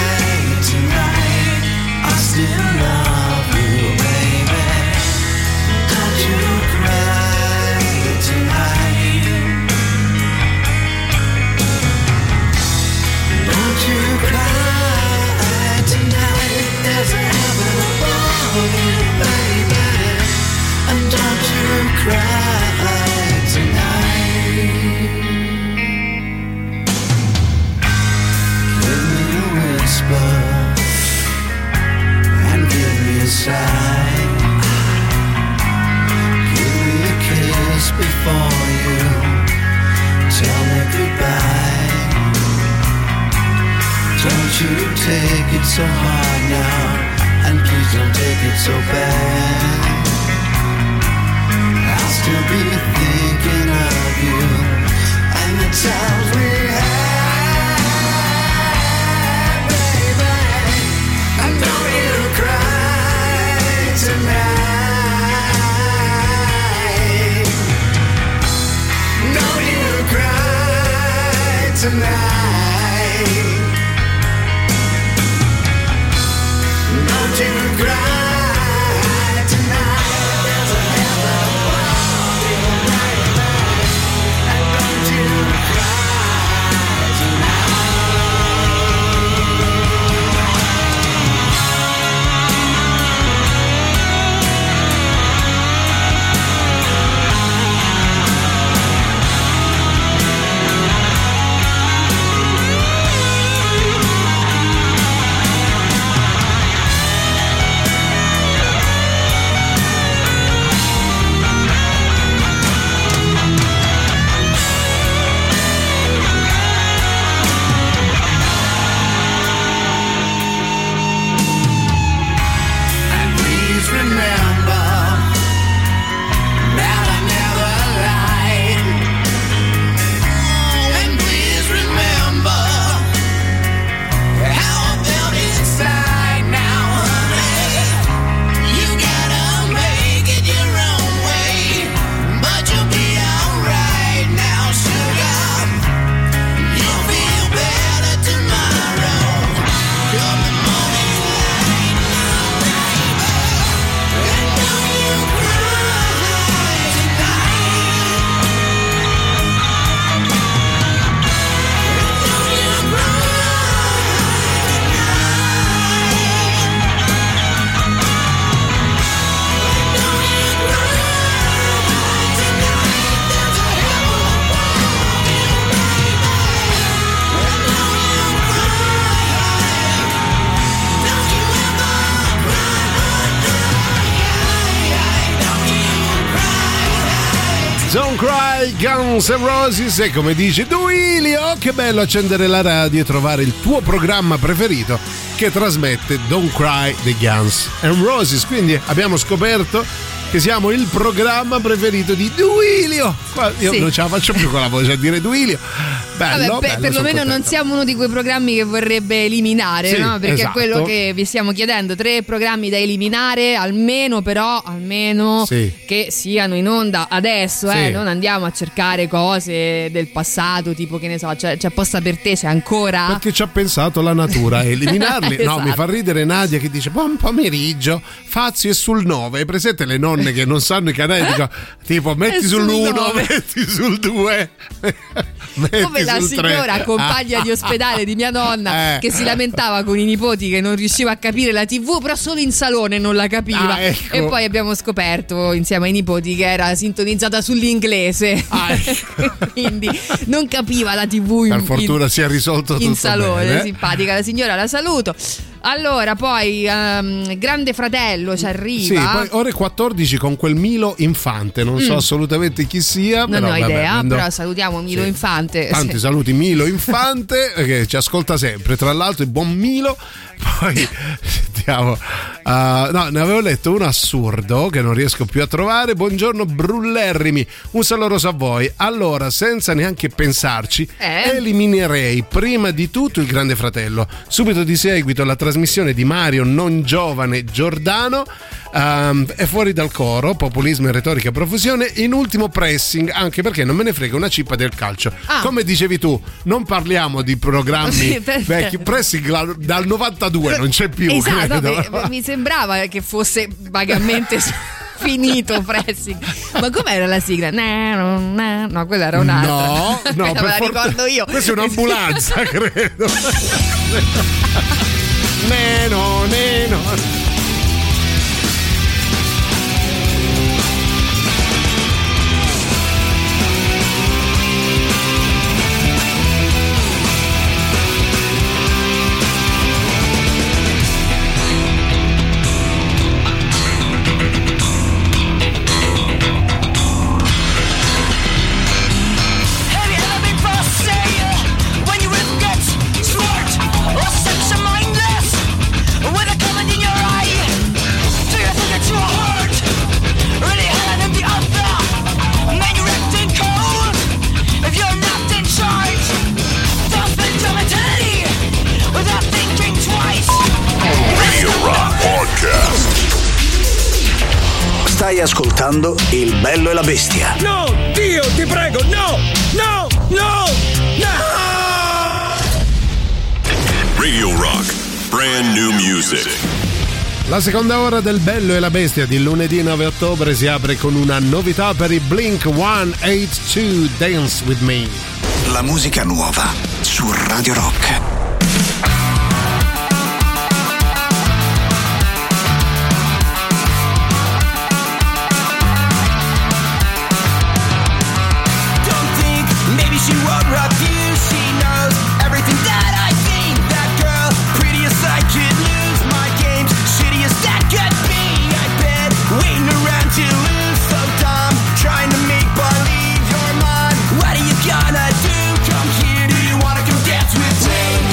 I still love you, baby. Don't you cry tonight. Don't you cry tonight. There's a heaven above you, baby. And don't you cry tonight. Give me a whisper, a sigh. Give me a kiss before you tell me goodbye. Don't you take it so hard now, and please don't take it so bad. I'll still be thinking of you and the times we had, baby. And don't you cry tonight. Don't you cry tonight. Don't you cry tonight. There's a heaven above you, baby. And don't you cry tonight. Don't Cry, Guns N' Roses. E come dice Duilio, che bello accendere la radio e trovare il tuo programma preferito che trasmette Don't Cry dei Guns N' Roses. Quindi abbiamo scoperto che siamo il programma preferito di Duilio. Io sì. non ce la faccio più con la voce a dire Duilio. Bello, Vabbè, bello, perlomeno non siamo uno di quei programmi che vorrebbe eliminare, sì, no? Perché esatto. è quello che vi stiamo chiedendo, tre programmi da eliminare, almeno però, almeno sì. che siano in onda adesso, sì. eh? Non andiamo a cercare cose del passato, tipo che ne so, c'è, c'è apposta per te, c'è ancora. Perché ci ha pensato la natura a eliminarli. Esatto. No, mi fa ridere Nadia che dice buon pomeriggio, Fazio è sul nove. Hai presente le nonne che non sanno i canali? Dico, tipo metti È sull'uno, sul metti sul due. Come la signora compagna di ospedale di mia nonna eh. che si lamentava con i nipoti che non riusciva a capire la tivù, però solo in salone non la capiva. Ah, ecco. E poi abbiamo scoperto insieme ai nipoti che era sintonizzata sull'inglese. Ah, ecco. Quindi non capiva la tivù in, per fortuna in, si è risolto tutto in salone. bene. Simpatica la signora, la saluto. Allora, poi um, Grande Fratello ci arriva. Sì, poi ore quattordici con quel Milo Infante, non mm. so assolutamente chi sia. Non però, ho vabbè, idea, andò... però salutiamo Milo sì. Infante. Tanti sì. saluti Milo Infante che ci ascolta sempre, tra l'altro il buon Milo. Poi sentiamo, uh, no, ne avevo letto uno assurdo che non riesco più a trovare. Buongiorno brullerrimi, un saloroso a voi. Allora, senza neanche pensarci, eh? eliminerei prima di tutto il Grande Fratello, subito di seguito la trasmissione di Mario non giovane Giordano, um, è fuori dal coro, populismo e retorica a profusione, in ultimo pressing, anche perché non me ne frega una cippa del calcio. Ah. Come dicevi tu, non parliamo di programmi vecchi, pressing dal novantadue non c'è più. Esatto, beh, mi sembrava che fosse vagamente finito pressing. Ma com'era la sigla? No, no, no, quella era un'altra. No, no, me la ricordo io. Questa è un'ambulanza, credo. Neno, neno. Stai ascoltando Il Bello e la Bestia. No, Dio, ti prego, no, no, no, no! Radio Rock, brand new music. La seconda ora del Bello e la Bestia di lunedì nove ottobre si apre con una novità per i Blink centottantadue, Dance With Me. La musica nuova su Radio Rock. She won't refuse, she knows everything that I think. That girl, prettiest I could lose. My game's shittiest that could be. I've been waiting around to lose. So dumb, trying to make believe you're mine. What are you gonna do? Come here, do you wanna come dance with me?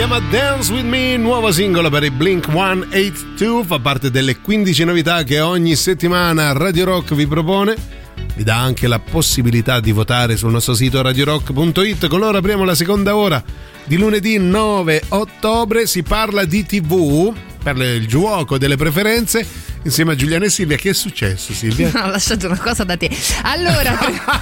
chiama Dance With Me, nuovo singolo per i Blink centottantadue, fa parte delle quindici novità che ogni settimana Radio Rock vi propone. Vi dà anche la possibilità di votare sul nostro sito radio rock punto it. Con loro apriamo la seconda ora di lunedì nove ottobre. Si parla di tivù per il gioco delle preferenze insieme a Giuliana e Silvia. Che è successo, Silvia? No, ho lasciato una cosa da te. Allora,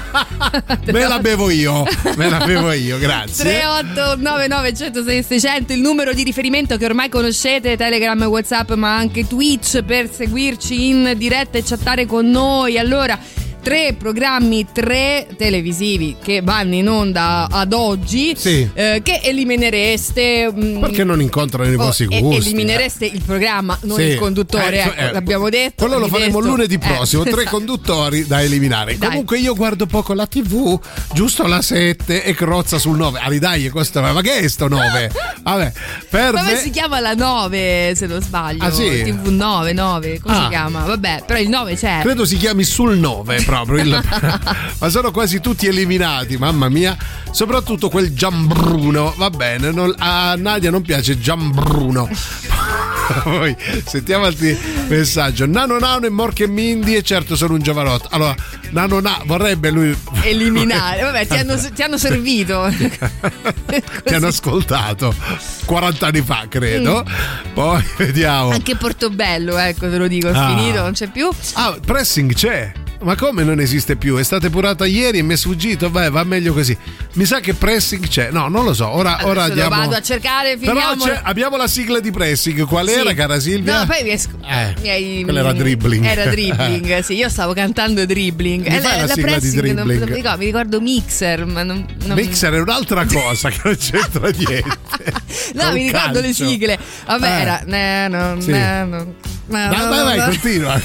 me la bevo io, me la bevo io, grazie. tre otto nove nove uno zero sei sei zero zero, il numero di riferimento che ormai conoscete, Telegram, WhatsApp, ma anche Twitch per seguirci in diretta e chattare con noi. Allora, tre programmi, tre televisivi che vanno in onda ad oggi, sì. eh, che eliminereste perché non incontrano i vostri oh, gusti. Eliminereste il programma, non sì. il conduttore, eh, ecco, eh, l'abbiamo detto. Quello lo faremo detto. lunedì prossimo, eh, tre esatto. conduttori da eliminare. Dai. Comunque io guardo poco la tivù, giusto la sette e crozza sul nove. Ali dai, questo, ma che è sto nove? Vabbè, per come me... si chiama la nove, se non sbaglio? Ah, sì? tivù nove, nove, come ah. si chiama? Vabbè, però il nove c'è. Credo si chiami sul nove proprio il... ma sono quasi tutti eliminati, mamma mia, soprattutto quel Gianbruno, va bene, non, a Nadia non piace Gianbruno. Poi sentiamo altri messaggio. Nano Nano e Morche Mindy, e certo sono un giovanotto. Allora Nano Nano vorrebbe lui eliminare, vabbè, ti hanno, ti hanno servito. Ti hanno ascoltato quaranta anni fa, credo. mm. Poi vediamo anche Portobello, ecco, te lo dico, è ah. finito, non c'è più. Ah, Pressing c'è. Ma come non esiste più? È stata epurata ieri e mi è sfuggito. Beh, va meglio così. Mi sa che Pressing c'è. No, non lo so. Ora, allora, ora andiamo. Lo vado a cercare. Però abbiamo la sigla di Pressing. Qual sì. era, cara Silvia? No, poi mi, es- eh, mi hai... quella era Dribbling. Era Dribbling, sì. Io stavo cantando Dribbling. Mi fai la, la la sigla Pressing, di Dribbling? Non, non mi, ricordo, mi ricordo Mixer, ma non, non... Mixer è un'altra cosa che non c'entra niente. No, non mi ricordo calcio. le sigle. Vabbè, eh. era. No, no, sì. no, no, vai, no, vai, vai, no. continua.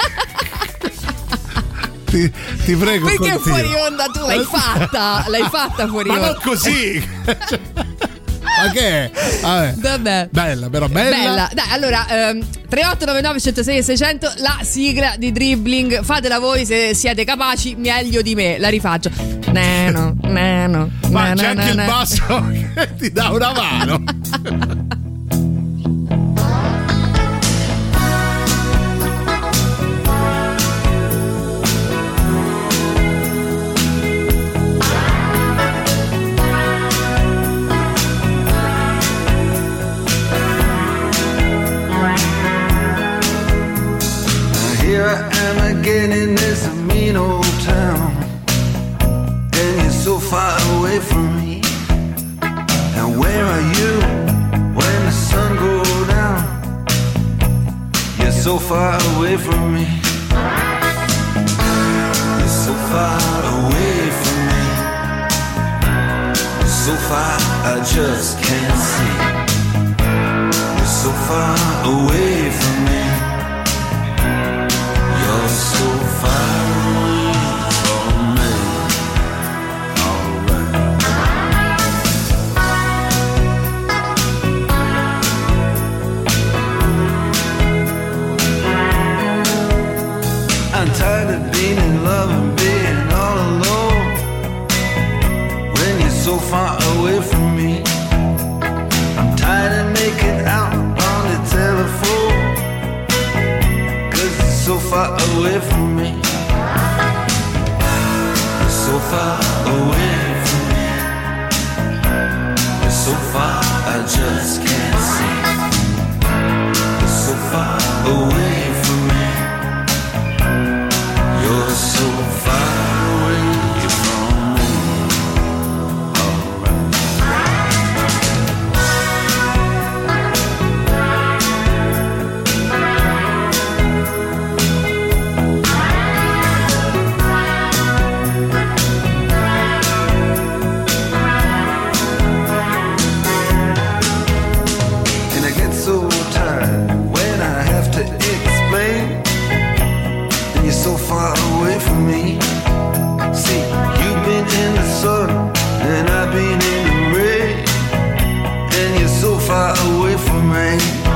Ti, ti prego, perché continua. fuori onda tu l'hai fatta, l'hai fatta fuori ma onda. non così. Ma che è? Vabbè. Vabbè. Bella, però bella. Bella. Dai, allora, ehm, tre otto nove nove uno zero sei sei zero zero, la sigla di Dribbling. Fatela voi se siete capaci, meglio di me. La rifaccio. Nano, nano, ma nano, c'è anche nano. il basso che ti dà una mano. Here I am again in this mean old town, and you're so far away from me. And where are you when the sun goes down? You're so far away from me. You're so far away from me. You're so far I just can't see. You're so far away from me. You're so far away from me. Alright. I'm tired of being in love and being all alone when you're so far away from me. I'm tired of making out on the telephone, so far away from me. You're so far away from me. You're so far I just can't see. You're so far away from me. You're so far away from me. So far away from me. See, you've been in the sun and I've been in the rain, and you're so far away from me.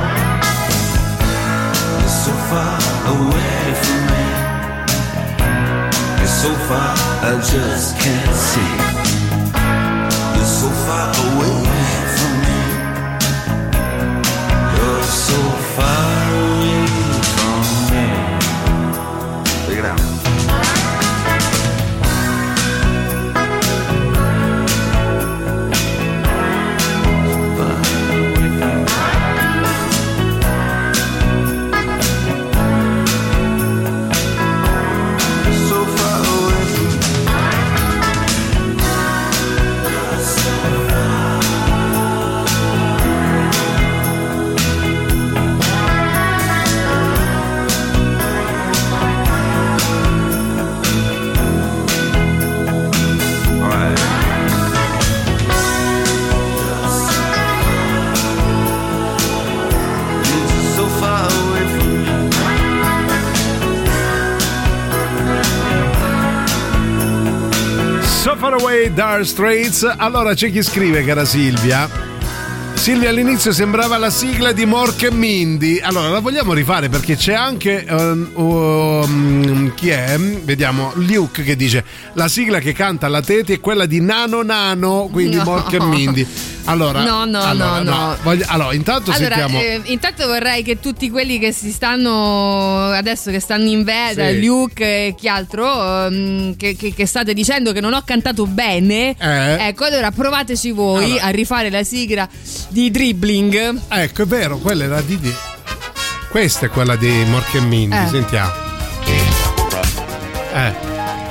You're so far away from me. You're so far I just can't see. You're so far away from me. So Far Away, Dire Straits. Allora c'è chi scrive, cara Silvia. Silvia, all'inizio sembrava la sigla di Mork e Mindy. Allora la vogliamo rifare perché c'è anche um, um, chi è? Vediamo, Luke che dice la sigla che canta la Teti è quella di Nano Nano, quindi no. Mork e Mindy. Allora, no, no, allora, no, no. no. Voglio, allora, intanto allora, sentiamo. Eh, intanto vorrei che tutti quelli che si stanno adesso che stanno in veda, sì. Luke e chi altro, um, che, che, che state dicendo che non ho cantato bene, eh. ecco, allora provateci voi allora. a rifare la sigla di Dribbling. Ecco, è vero, quella era di. di... Questa è quella di Mork e Mindy, eh. sentiamo. Eh.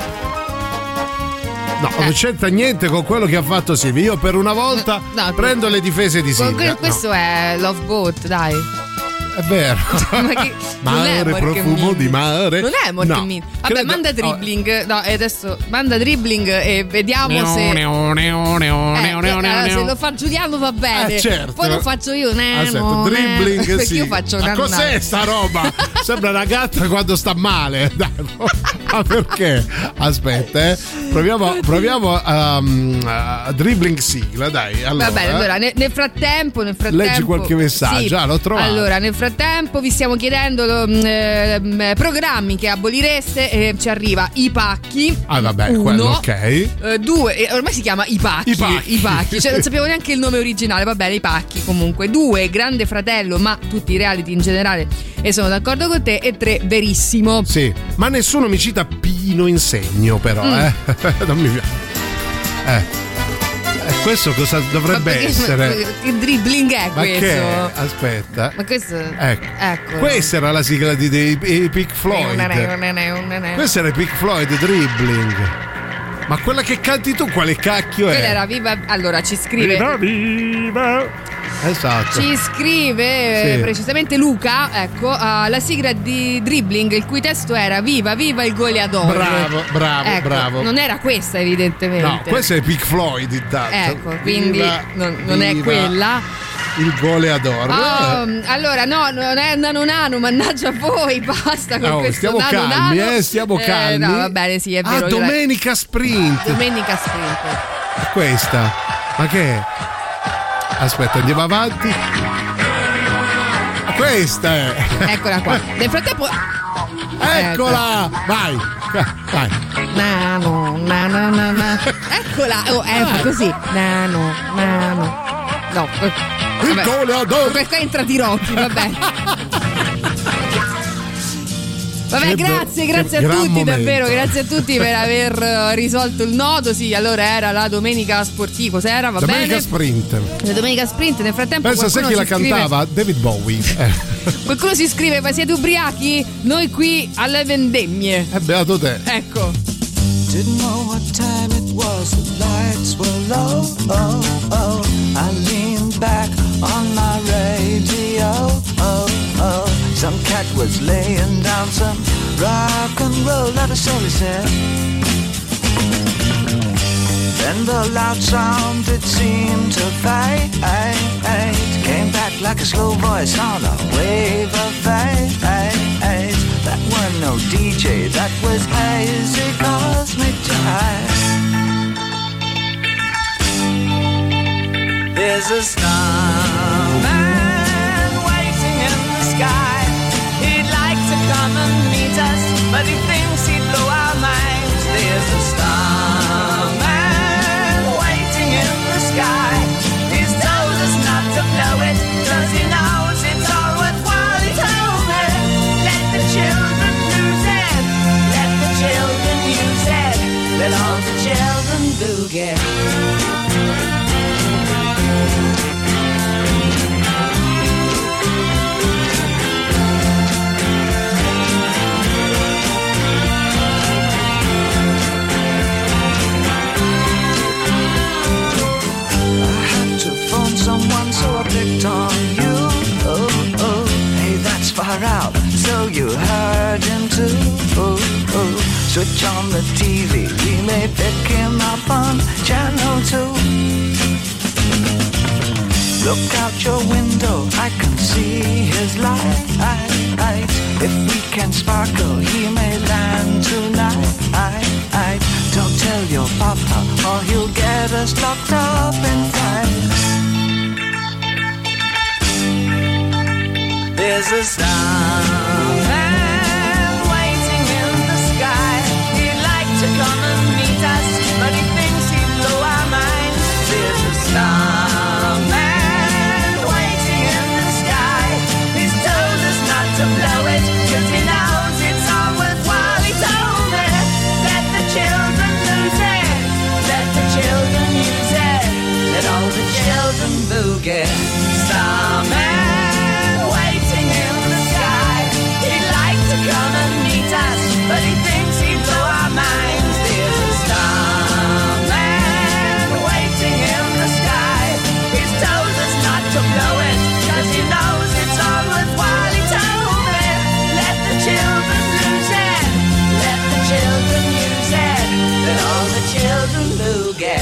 No, eh. non c'entra niente con quello che ha fatto Silvia. Io per una volta no, prendo le difese di Silvia. Questo no. è Love Boat, dai. È vero. Ma che, mare, profumo di mare. Non è Mork e Mindy. Vabbè, credo... manda Dribbling. No, e adesso manda Dribbling e vediamo neo, se neo, neo, neo, eh, neo, neo, neo. Se lo fa Giuliano va bene. Eh, certo. Poi lo faccio io. Neo, Aspetta, Dribbling perché sì. io faccio Ma cos'è nano. sta roba? Sembra una gatta quando sta male. Ma perché? Aspetta, eh. Proviamo, proviamo um, uh, Dribbling sigla, dai. Allora, va bene, allora nel, nel frattempo, nel frattempo leggi qualche messaggio. Sì. Ah, l'ho trovato. Allora, nel frattempo vi stiamo chiedendo eh, programmi che abolireste e ci arriva I Pacchi. Ah, vabbè, uno, quello, ok. Eh, due, eh, ormai si chiama I Pacchi. I Pacchi. I Pacchi. Cioè, non sapevo neanche il nome originale, va bene, I Pacchi comunque. Due, Grande Fratello, ma tutti i reality in generale e sono d'accordo con te. E tre, Verissimo. Sì, ma nessuno mi cita Pino Insegno però, mm. eh. Non mi piace. Eh. Questo cosa dovrebbe perché, essere? Che dribbling è ma questo? Che? Aspetta. Ma questo ecco. ecco. Questa era la sigla di, di, di Pink Floyd. Questa era Pink Floyd, Dribbling. Ma quella che canti tu quale cacchio è? Quella era Viva. Allora ci scrive Viva Viva. Esatto. Ci scrive sì. precisamente Luca, ecco, uh, la sigla di Dribbling, il cui testo era Viva Viva il goleador. Bravo, bravo, ecco, bravo. Non era questa evidentemente. No, questa è Pink Floyd intanto. Ecco, quindi viva, non, non viva è quella. Il goleador. Oh, allora no, non è Nano Nano, mannaggia voi, basta con oh, questo stiamo nano calmi, nano. eh, stiamo calmi. Eh, no, va bene, sì, è vero. Ah, Domenica Sprint. Domenica Sprint. Questa. Ma che è? Aspetta, andiamo avanti. Questa è. Eccola qua. Nel frattempo. Eccola! Ecco. Vai! Vai! Nano, nano, nano. Eccola! Oh, ecco così. Nano, nano. No. Il goleador! Questa entra di Rocky, vabbè. Vabbè, grazie, grazie a tutti, momento. davvero, grazie a tutti per aver risolto il nodo. Sì, allora era la domenica sportiva, cos'era? Va domenica bene? Sprint. La domenica sprint, nel frattempo. Pensa se chi la scrive... cantava? David Bowie. Eh. Qualcuno si scrive, ma siete ubriachi? Noi qui alle vendemmie. Eh, beato te. Ecco. Didn't know what time it was, the lights were low, oh, oh. I leaned back on my radio, oh, oh. Some cat was laying down some rock and roll, that is all he said. Then the loud sound, it seemed to fade, came back like a slow voice on a wave of fate. That wasn't no D J, that was hazy cosmic jive. There's a starman waiting in the sky. He'd like to come and meet us, but he thinks he'd blow our minds. There's a starman waiting in the sky. He's told us not to blow it, 'cause he knows it's all worthwhile. He told me, let the children lose it, let the children use it, let all the children boogie. Someone, so I picked on you. Oh, oh, hey, that's far out. So you heard him too. Oh, oh, switch on the T V. We may pick him up on channel two. Look out your window, I can see his light. If we can sparkle, he may land tonight. Don't tell your papa, or he'll get us locked up in time. There's a starman waiting in the sky. He'd like to come and meet us, but he thinks he'd blow our minds. There's a starman waiting in the sky. He's told us not to blow it, 'cause he knows it's all worthwhile. He told me, let the children lose it, let the children use it, let all the children boogie. Starman waiting in the sky. He'd like to come and meet us, but he thinks he'd blow our minds. There's a starman waiting in the sky. He's told us not to blow it, 'cause he knows it's all worthwhile. He told me, let the children lose it, let the children use it, let all the children boogie.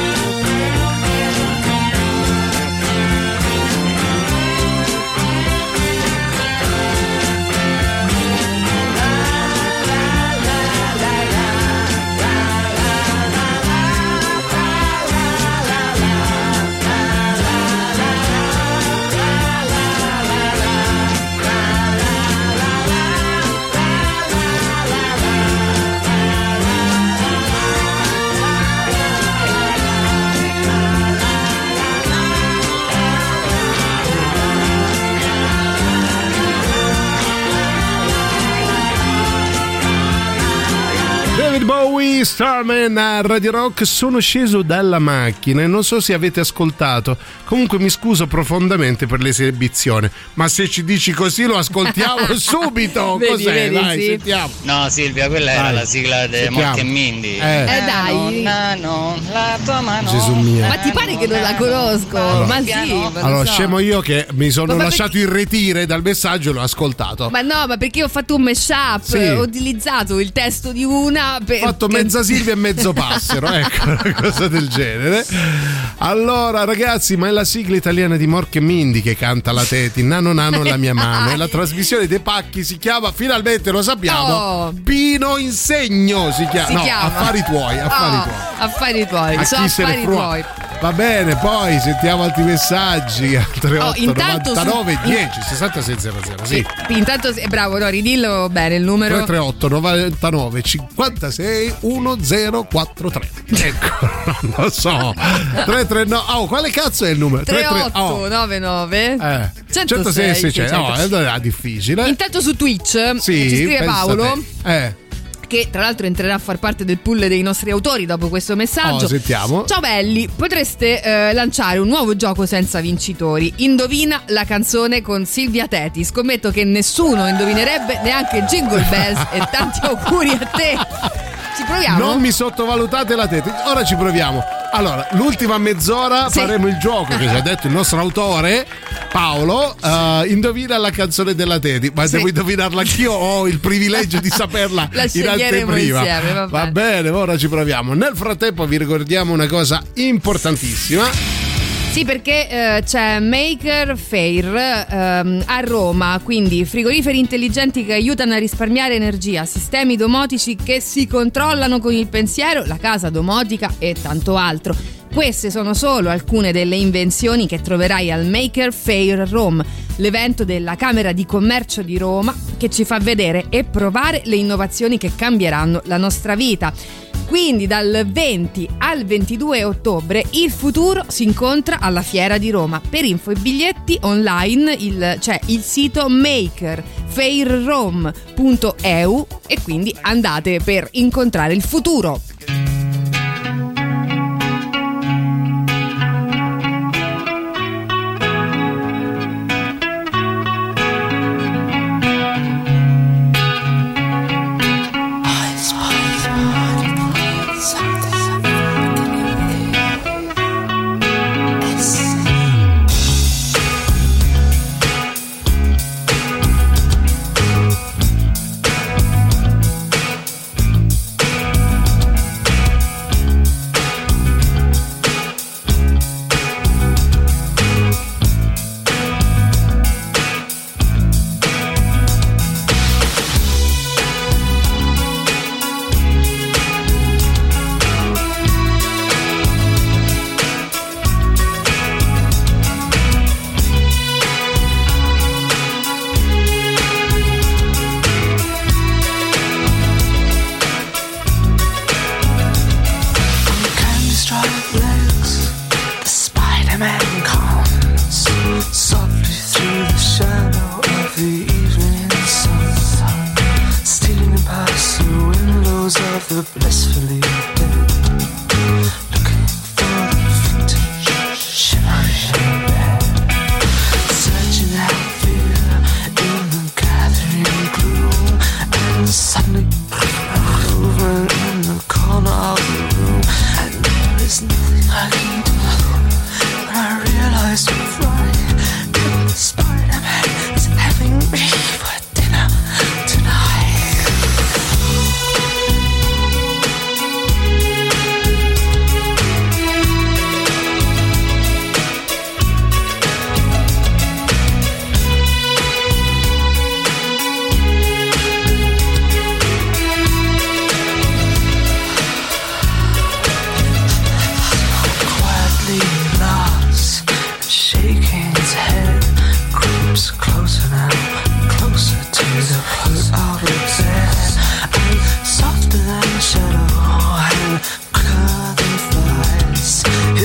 David Bowie, Starman a Radio Rock. Sono sceso dalla macchina e non so se avete ascoltato. Comunque mi scuso profondamente per l'esibizione, ma se ci dici così lo ascoltiamo subito. Vedi, Cos'è? vedi, Dai, sì. sentiamo. No, Silvia, quella Dai, era la sigla di sentiamo. Mork e Mindy. Eh. Eh, dai. Nonna, non la tua mano. Gesù mio. Ma ti pare che non la conosco? Allora. Ma sì, ma lo Allora, so. scemo io che mi sono Ma lasciato irretire dal messaggio e l'ho ascoltato. Ma no, ma perché ho fatto un mashup, Sì. ho utilizzato il testo di una per... Ho fatto mezza Silvia e mezzo Passero, ecco, una cosa del genere. Allora, ragazzi, ma è la sigla italiana di Mork e Mindy che canta la Teti, Nano Nano la mia mano. E la trasmissione dei pacchi si chiama, finalmente lo sappiamo, Oh. Pino Insegno si chiama. Si no, chiama. affari tuoi, affari Oh, tuoi. affari tuoi, A sono chi se ne affari frua. tuoi. Va bene, poi sentiamo altri messaggi al tre Oh, otto intanto novantanove su- dieci sessantasei zero zero. Sì. Intanto, eh, bravo, no, ridillo bene il numero. tre tre otto novantanove cinquantasei millequattrocentoquarantatré. Ecco, non lo so. tre tre no. Oh, quale cazzo è il numero? tre tre tre otto nove nove Eh. centosei centosei seicento. No, è difficile. Intanto su Twitch Sì, ci scrive pensa Paolo, te. Eh. che tra l'altro entrerà a far parte del pool dei nostri autori dopo questo messaggio. Oh, sentiamo. Ciao belli, potreste eh, lanciare un nuovo gioco senza vincitori. Indovina la canzone con Silvia Teti. Scommetto che nessuno indovinerebbe, neanche Jingle Bells, e tanti auguri a te. Ci proviamo? Non mi sottovalutate la Teti. Ora ci proviamo. Allora, l'ultima mezz'ora Sì. faremo il gioco che ci ha detto il nostro autore Paolo. Uh, indovina la canzone della Teti. Ma Sì. devo indovinarla anch'io? Ho il privilegio di saperla La in sceglieremo anteprima. insieme, va Va bene. bene, ora ci proviamo. Nel frattempo vi ricordiamo una cosa importantissima. Sì, perché eh, c'è Maker Faire ehm, a Roma, quindi frigoriferi intelligenti che aiutano a risparmiare energia, sistemi domotici che si controllano con il pensiero, la casa domotica e tanto altro. Queste sono solo alcune delle invenzioni che troverai al Maker Faire Rome, l'evento della Camera di Commercio di Roma che ci fa vedere e provare le innovazioni che cambieranno la nostra vita. Quindi dal venti al ventidue ottobre il futuro si incontra alla Fiera di Roma. Per info e biglietti online il, c'è il sito maker faire rome punto e u e quindi andate per incontrare il futuro.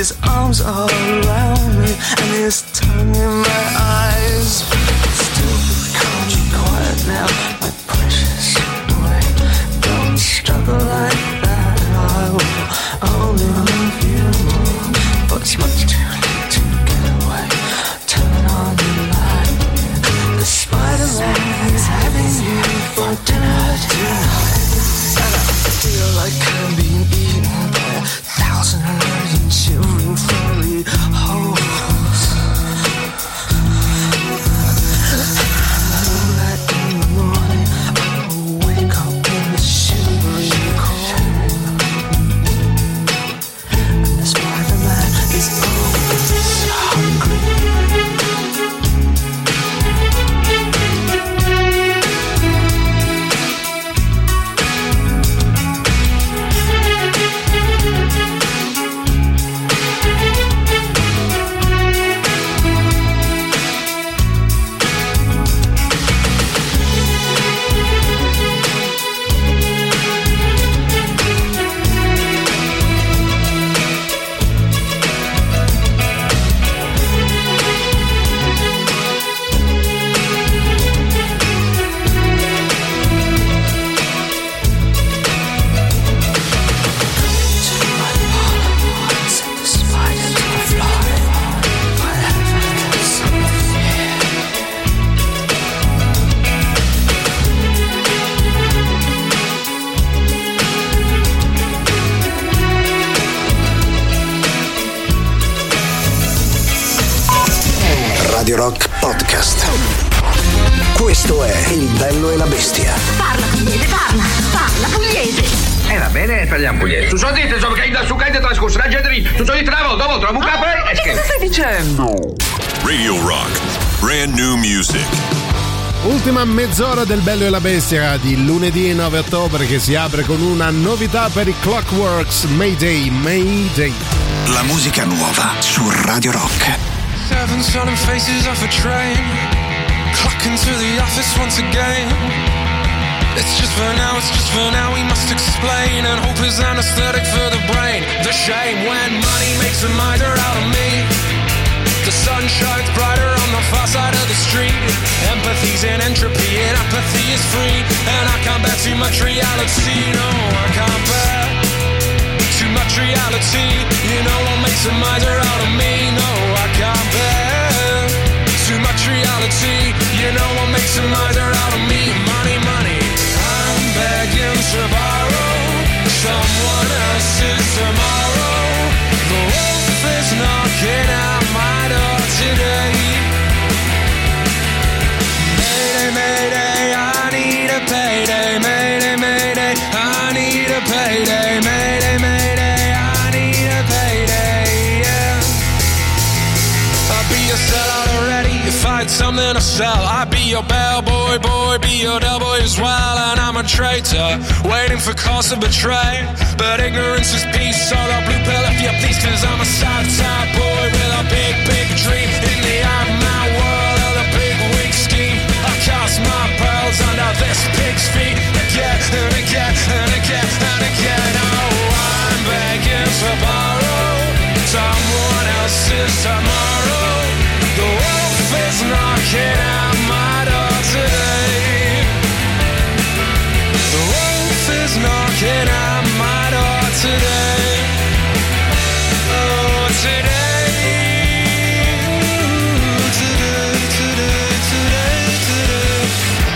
his arms all around me and his tongue in my eyes. Still, calm and quiet now, my precious boy. Don't struggle like that, I will only love you more. But it's much too late to get away. Turn on the light. The Spider-Man is having you for dinner tonight. And I feel like I'm being eaten by a thousand million children from the holes. Know that in the morning I will wake up in the shivering cold. And the Spider-Man is always hungry. Radio Rock Podcast. Questo è Il Bello e la Bestia. Parla pugliese, parla, parla pugliese. Eh va bene, parliamo pugliese. Tu so dite, insomma, che da su cade trascorso la gente lì. Tu so dite una volta, una volta, una buca poi e che stai dicendo? Radio Rock, brand new music. Ultima mezz'ora del Bello e la Bestia di lunedì nove ottobre, che si apre con una novità per i Clockworks. Mayday, Mayday. La musica nuova su Radio Rock. Seven sullen faces off a train, clocking to the office once again. It's just for now, it's just for now, we must explain. And hope is anesthetic for the brain. The shame when money makes a miser out of me. The sun shines brighter on the far side of the street. Empathy's in entropy and apathy is free. And I can't bear too much reality, no, I can't bear too much reality. You know what makes a miser out of me, no, I can't bear too much reality. You know what makes a miser out of me. Money, money, I'm begging to borrow someone else's tomorrow. The wolf is knocking at my door today. Mayday, mayday, I need a payday. Mayday, mayday, I need a payday. Mayday, mayday, I need a payday, yeah. I'll be a sellout already if I had something to sell. I'd be your bellboy, boy, be your del boy as well. And I'm a traitor, waiting for cause to betray. But ignorance is peace, so I'll blue pill if you please. Cause I'm a south-side boy with a big, big dream. In the eye of my world of the big wig scheme. I cast my pearls under this pig's feet. Again and again and again and again. Oh, I'm begging to borrow someone else's tomorrow. The wolf is knocking at my door today. The wolf is knocking at my door today. Oh, today. Today, today, today, today.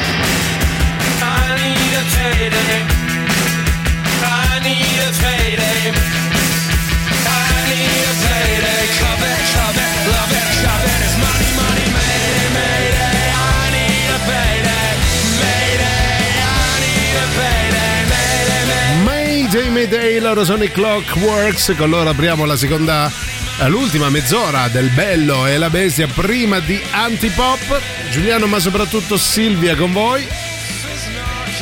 I need a payday. I need a payday. I need a payday. Come it, come it, love it, shove it. It's money, money, mayday, mayday. I need a payday. Mayday, I need a payday. Mayday, mayday. Mayday, Mayday, loro sono i Clockworks. Con loro apriamo la seconda, l'ultima mezz'ora del Bello e la Bestia, prima di Antipop. Giuliano, ma soprattutto Silvia con voi.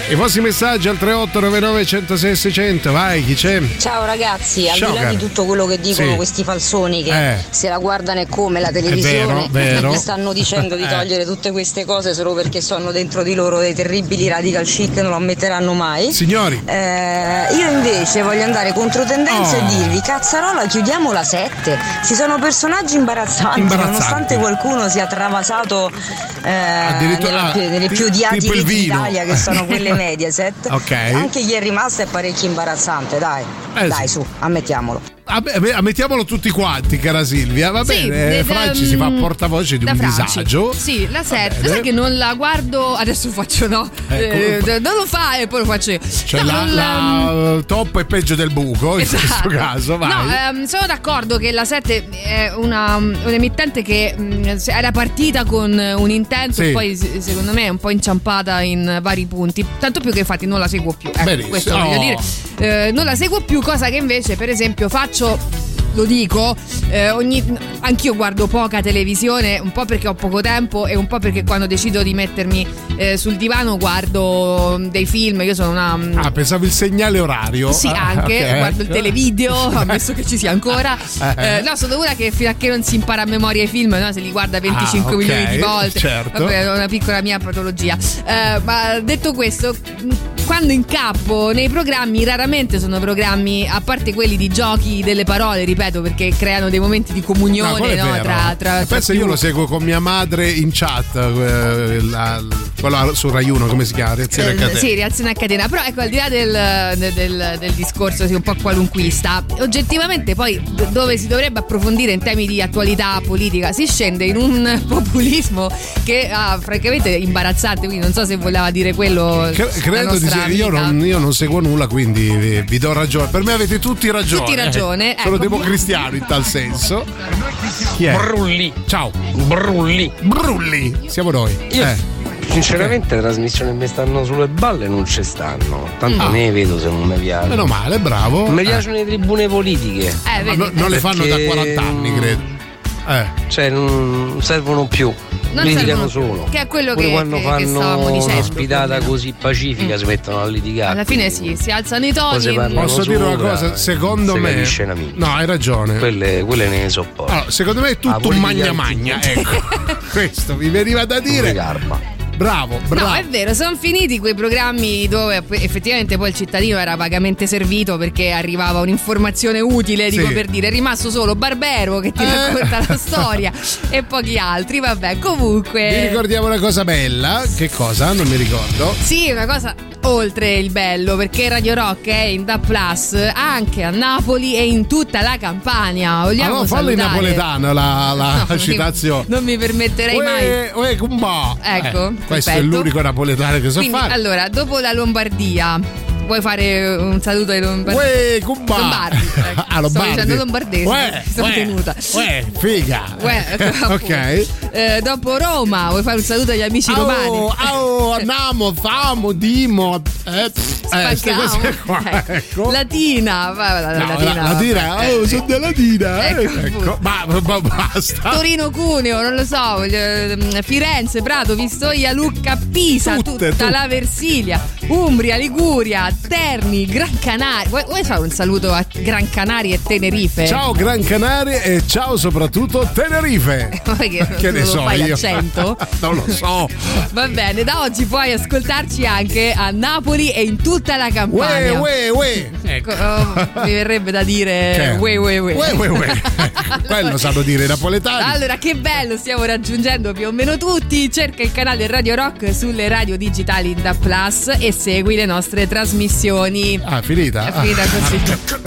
I vostri messaggi al tre otto nove nove uno zero sei sei zero zero. Vai, chi c'è? Ciao ragazzi, al Ciao, di là cara. di tutto quello che dicono Sì. questi falsoni che Eh. se la guardano è come la televisione, vero, vero. mi stanno dicendo di Eh. togliere tutte queste cose solo perché sono dentro di loro dei terribili radical chic e non lo ammetteranno mai. Signori. Eh, io invece voglio andare contro tendenza Oh. e dirvi cazzarola, chiudiamo la sette. Ci sono personaggi imbarazzanti, Imbarazzanti. nonostante qualcuno sia travasato eh, Addirittura- nelle, nelle più ti- odiati tipo il reti vino. d'Italia che sono quelle Mediaset. Ok. Anche chi è rimasto è parecchio imbarazzante, dai. Eh, dai, sì. su, ammettiamolo. Vabbè, beh, ammettiamolo tutti quanti, cara Silvia. Va Sì, bene, de- Franci da- si fa portavoce di da un Franci. disagio. Sì, la sette. bene. Sai che non la guardo. Adesso faccio no. Ecco. Eh, non lo fa e poi lo faccio io. Cioè No, la, non la top è peggio del buco in Esatto. questo caso, vai. No, ehm, sono d'accordo che la sette è una, un'emittente che mh, era partita con un intento Sì. e poi se- secondo me è un po' inciampata in vari punti. Tanto più che infatti non la seguo più. Ecco, Benissimo. questo voglio Oh. dire. Eh, non la seguo più, cosa che invece, per esempio, faccio. Lo dico, eh, ogni, anch'io guardo poca televisione, un po' perché ho poco tempo e un po' perché quando decido di mettermi eh, sul divano guardo dei film. Io sono una. Ah, pensavo il segnale orario. Sì, Ah, anche, ok. guardo il televideo, ammesso che ci sia ancora. Eh. Eh, no, sono una che fino a che non si impara a memoria i film, no, se li guarda venticinque Ah, ok, milioni di volte. certo. Vabbè, è una piccola mia patologia. Eh, ma detto questo, quando incappo nei programmi, raramente sono programmi, a parte quelli di giochi delle parole, ripeto, perché creano dei momenti di No, comunione, quello è no, vero. tra, tra, tra Pensa, più- io lo seguo con mia madre in chat, eh, la- quella su Rai uno, come si chiama? Reazione a Eh, catena. sì, reazione a catena. Però ecco, al di là del, del- del- del discorso sì, un po' qualunquista, oggettivamente poi d- dove si dovrebbe approfondire in temi di attualità politica si scende in un populismo che ah, francamente è imbarazzante. Quindi non so se voleva dire quello. Cre- la credo di nostra sì, io amica. non, io non seguo nulla, quindi vi, vi do ragione. Per me avete tutti ragione. Tutti ragione, Eh, Sono ecco. democristiano in tal senso. Chi è? Brulli. Ciao. Brulli. Brulli. Siamo noi. Io, Eh. sinceramente, le trasmissioni che mi stanno sulle balle non ci stanno. Tanto Ah. ne vedo se non mi piace. Meno male, bravo. Non mi Eh. piacciono le tribune politiche. Eh, Ma vedi. no- non le fanno da Perché- quaranta anni, credo. Eh. Cioè, non servono più. Non litigano servono più, solo. che è quello Pure che- quando che- che fanno stavamo dicendo. un'ospitata così pacifica si mettono a litigare. Alla fine sì, si alzano i Poi si toni. parlano Posso dire una sopra cosa? e Secondo si me. capisce una minchia. No, hai ragione. Quelle, quelle ne sopporto. Allora, secondo me è Ah, tutto un pure magna gli magna. altri. Ecco. Questo mi veniva da dire. Garba. Bravo, bravo. No, è vero, sono finiti quei programmi dove effettivamente poi il cittadino era vagamente servito perché arrivava un'informazione utile, dico Sì. per dire, è rimasto solo Barbero che ti Eh. racconta la storia e pochi altri, vabbè, comunque. Vi ricordiamo una cosa bella. Che cosa? Non mi ricordo. Sì, una cosa oltre il bello, perché Radio Rock è in D A B Plus anche a Napoli e in tutta la Campania. Vogliamo Allora, fallo in salutare- napoletano la, la No, citazione. Non mi permetterei mai. Uè, uè, kumba. Ecco, Eh, questo perfetto. è l'unico napoletano che so Quindi, fare. allora, dopo la Lombardia, vuoi fare un saluto ai Lombardi? Uè, kumba. Lombardi. ecco. Ah, Lombardi. Stavo dicendo lombardese. Uè, mi sono uè, tenuta. Uè, figa. Uè, ok. Eh, dopo Roma, vuoi fare un saluto agli amici romani? Oh, oh, andiamo, famo, dimo. Eh, eh, ste cose qua, Eh, ecco. Latina, va, la, No, Latina, la, Latina, vabbè. oh, sono della Latina. eh, Ecco, ecco. Ma, ma basta. Torino Cuneo, non lo so, voglio- ehm, Firenze, Prato, Pistoia, Lucca, Pisa, Tutte, tutta tutte. la Versilia, Umbria, Liguria, Terni, Gran Canaria. Vuoi, vuoi fare un saluto a Gran Canaria e Tenerife? Ciao Gran Canaria e ciao soprattutto Tenerife. Ma che, Che ne non so fai io? l'accento? Non lo so. Va bene, da oggi puoi ascoltarci anche a Napoli e in tutta la Uè, Campania. uè, uè. Ecco, oh, mi verrebbe da dire Che? uè, uè, uè. Uè, uè, uè. Quello sanno dire i napoletani. Allora, che bello, stiamo raggiungendo più o meno tutti. Cerca il canale Radio Rock sulle radio digitali in D A B Plus e segui le nostre trasmissioni. Ah, finita? È finita così.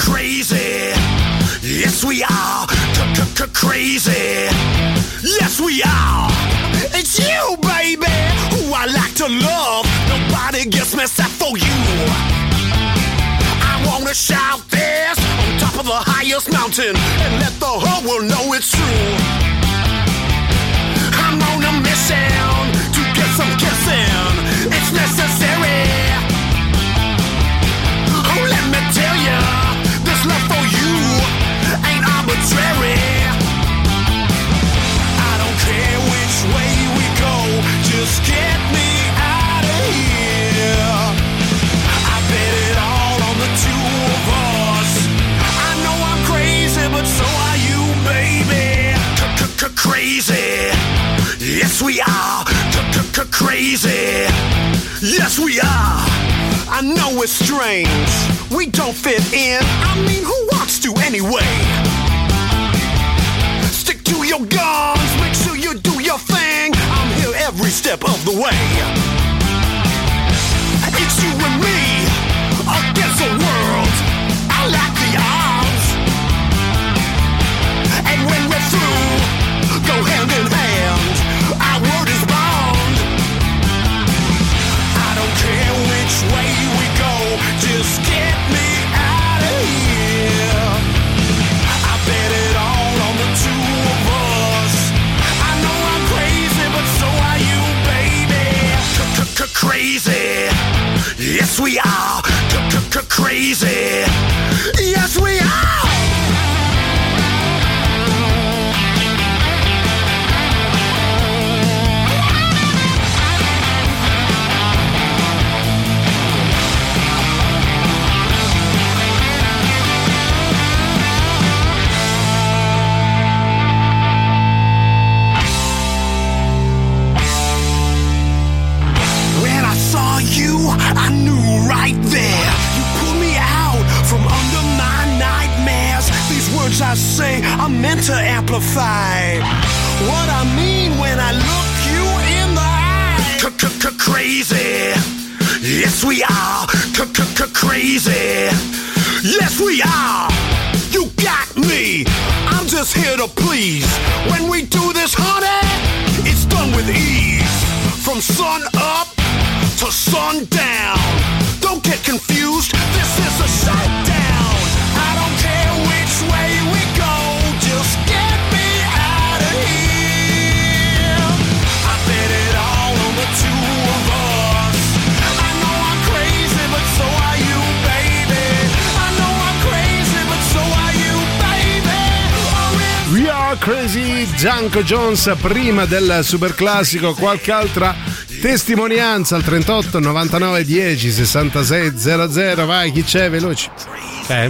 Crazy, yes we are. Crazy, yes we are. It's you, baby, who I like to love. Nobody gets me except for you. I wanna shout this on top of the highest mountain and let the whole world know it's true. I'm on a mission to get some kissing. It's necessary. Oh, let me tell ya, this love for you ain't arbitrary. I don't care which way we go, just get me out of here. Yes, we are crazy. Yes, we are. I know it's strange. We don't fit in. I mean, who wants to anyway? Stick to your guns. Make sure you do your thing. I'm here every step of the way. It's you and me against the world. I like the odds. And when we're through, go hand in hand. Our word is bond. I don't care which way we go, just get me out of here. I bet it all on the two of us. I know I'm crazy, but so are you, baby. Crazy. Yes, we are crazy. Yes, we are. I knew right there. You pulled me out from under my nightmares. These words I say are meant to amplify what I mean when I look you in the eye. Crazy. Yes, we are. Crazy. Yes, we are. You got me. I'm just here to please. When we do this, honey, it's done with ease. From sun up to sundown. Don't get confused, this is a shutdown. I don't care which way we go, just get me out of here. I bet it all on the two of us. I know I'm crazy, but so are you, baby. I know I'm crazy, but so are you, baby. We are crazy. Junko Jones prima del super classico. Qualche altra testimonianza al trentotto novantanove dieci sessantasei zero zero. Vai, chi c'è? Veloci. Eh?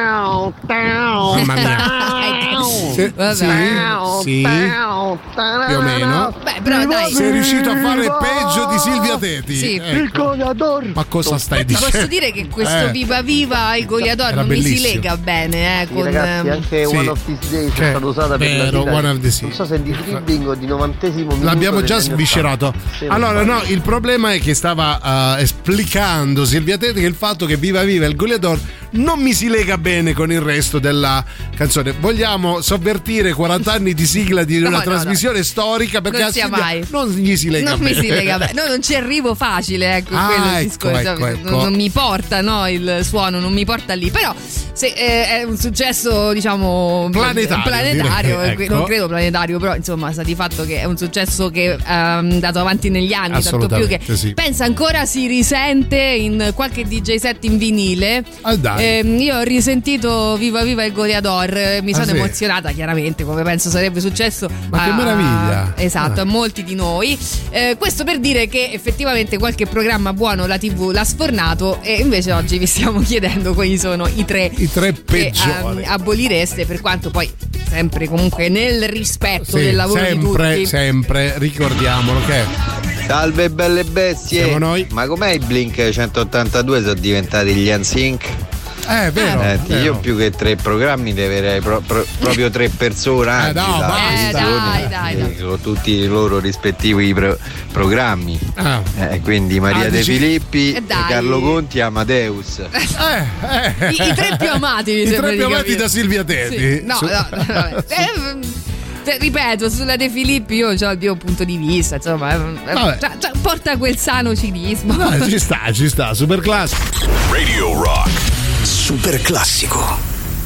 Mamma mia. Sì, sì, sì, più o meno. Beh, però dai, sei riuscito a fare peggio di Silvia Teti. Sì. Ecco. Il Goliador. Ma cosa stai dicendo? Posso dire che questo Eh. Viva Viva il Goliador Era non mi si bellissimo. lega bene, eh, Sì, con ragazzi, anche Sì. One of These Days Cioè, è stata usata per la vero, vita. One of the Days. Non so se di dribbling di novantesimo minuto. L'abbiamo già degli anni sviscerato. ottanta. Sì, Allora, non no, il problema è che stava uh, esplicando Silvia Teti che il fatto che Viva Viva il Goliador non mi si lega bene con il resto della canzone. Vogliamo sovvertire quaranta anni di sigla di No, una no, trasmissione storica perché Non a sia Silvia mai. non gli si lega non bene. mi si lega bene. No, non ci arrivo facile, ecco, Ah, quello è il ecco, discorso. ecco, ecco. Non, non mi porta, no, il suono non mi porta lì. Però se eh, è un successo, diciamo, Planetario, planetario direi, eh, ecco. non credo planetario, però insomma sta di fatto che è un successo che ha andato avanti negli anni, tanto più che Assolutamente, sì. pensa ancora si risente in qualche D J set in vinile. Ah, dai. Ehm, io ho risentito Viva Viva il Goliador, eh, mi Ah, sono sì? emozionata chiaramente, come penso sarebbe successo. Ma che a- meraviglia. Esatto, Ah. a molti di noi. Eh, questo per dire che effettivamente qualche programma buono la tivù l'ha sfornato e invece oggi vi stiamo chiedendo quali sono i tre, I tre che peggiori. ehm, abolireste, per quanto poi sempre comunque nel rispetto Sì, del lavoro sempre, di tutti. sempre, ricordiamolo che Salve belle bestie. Siamo noi. Ma com'è i Blink centottantadue sono diventati gli N-Sync? Eh, è vero, Eh, vero. io più che tre programmi deverei pro- pro- proprio tre personaggi. Eh, no, da basta. Eh, televisione, dai, dai, eh, dai. con tutti i loro rispettivi pro- programmi. Ah. Eh, quindi Maria Ah, De dici- Filippi, Eh, dai. Carlo Conti e Amadeus. Eh, eh. I, i tre più amati, mi I sembra tre di più amati capire. da Silvia Teti. Sì. No, Su- no, vabbè. Eh, te- ripeto, sulla De Filippi io ho il mio punto di vista, insomma, eh, Vabbè. cioè, cioè, porta quel sano cinismo. No, ci sta, ci sta, super classico. Radio Rock. Super classico.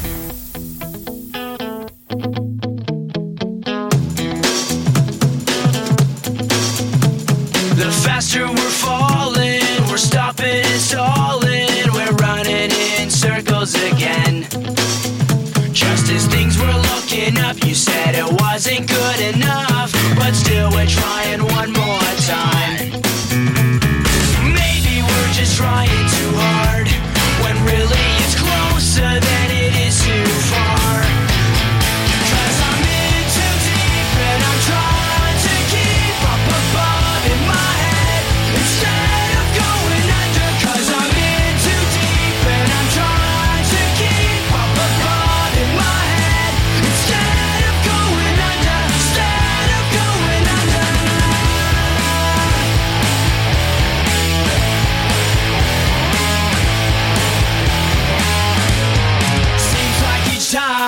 The faster we're falling, we're stopping and stalling, we're running in circles again. Just as things were looking up, you said it wasn't good enough, but still we're trying one more time. Maybe we're just trying too hard, when really it's closer than it is too far. 'Cause I'm in too deep and I'm trying to keep up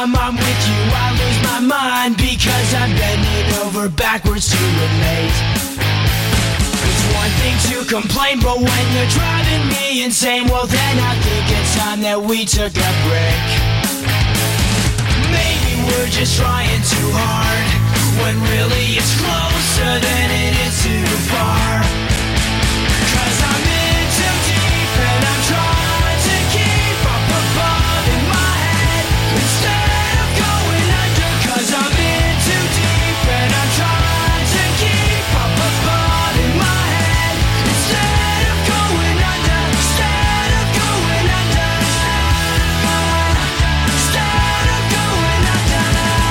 time I'm with you, I lose my mind because I'm bending over backwards to relate. It's one thing to complain, but when you're driving me insane, well then I think it's time that we took a break. Maybe we're just trying too hard, when really it's closer than it is too far. 'Cause I'm in too deep and I'm trying to keep up above in my head instead of going under. 'Cause I'm in too deep and I'm trying to keep up above in my head instead of going under. Instead of going under. Instead of going under.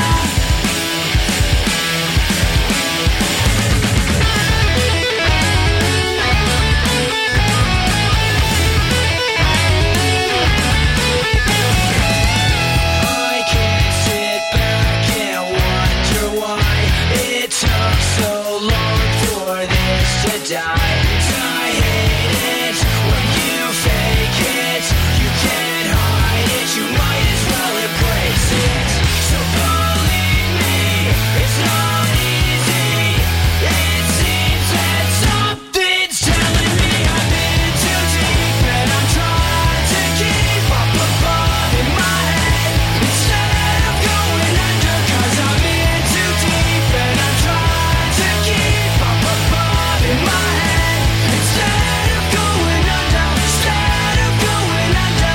I can't sit back and wonder why it took so long for this to die. I hate it when you fake it. You can't hide it. You might as well embrace it. So believe me, it's not easy. It seems that something's telling me I'm in too deep and I'm trying to keep up above in my head instead of going under. 'Cause I'm in too deep and I'm trying to keep up above in my head instead of going under. Instead of going under.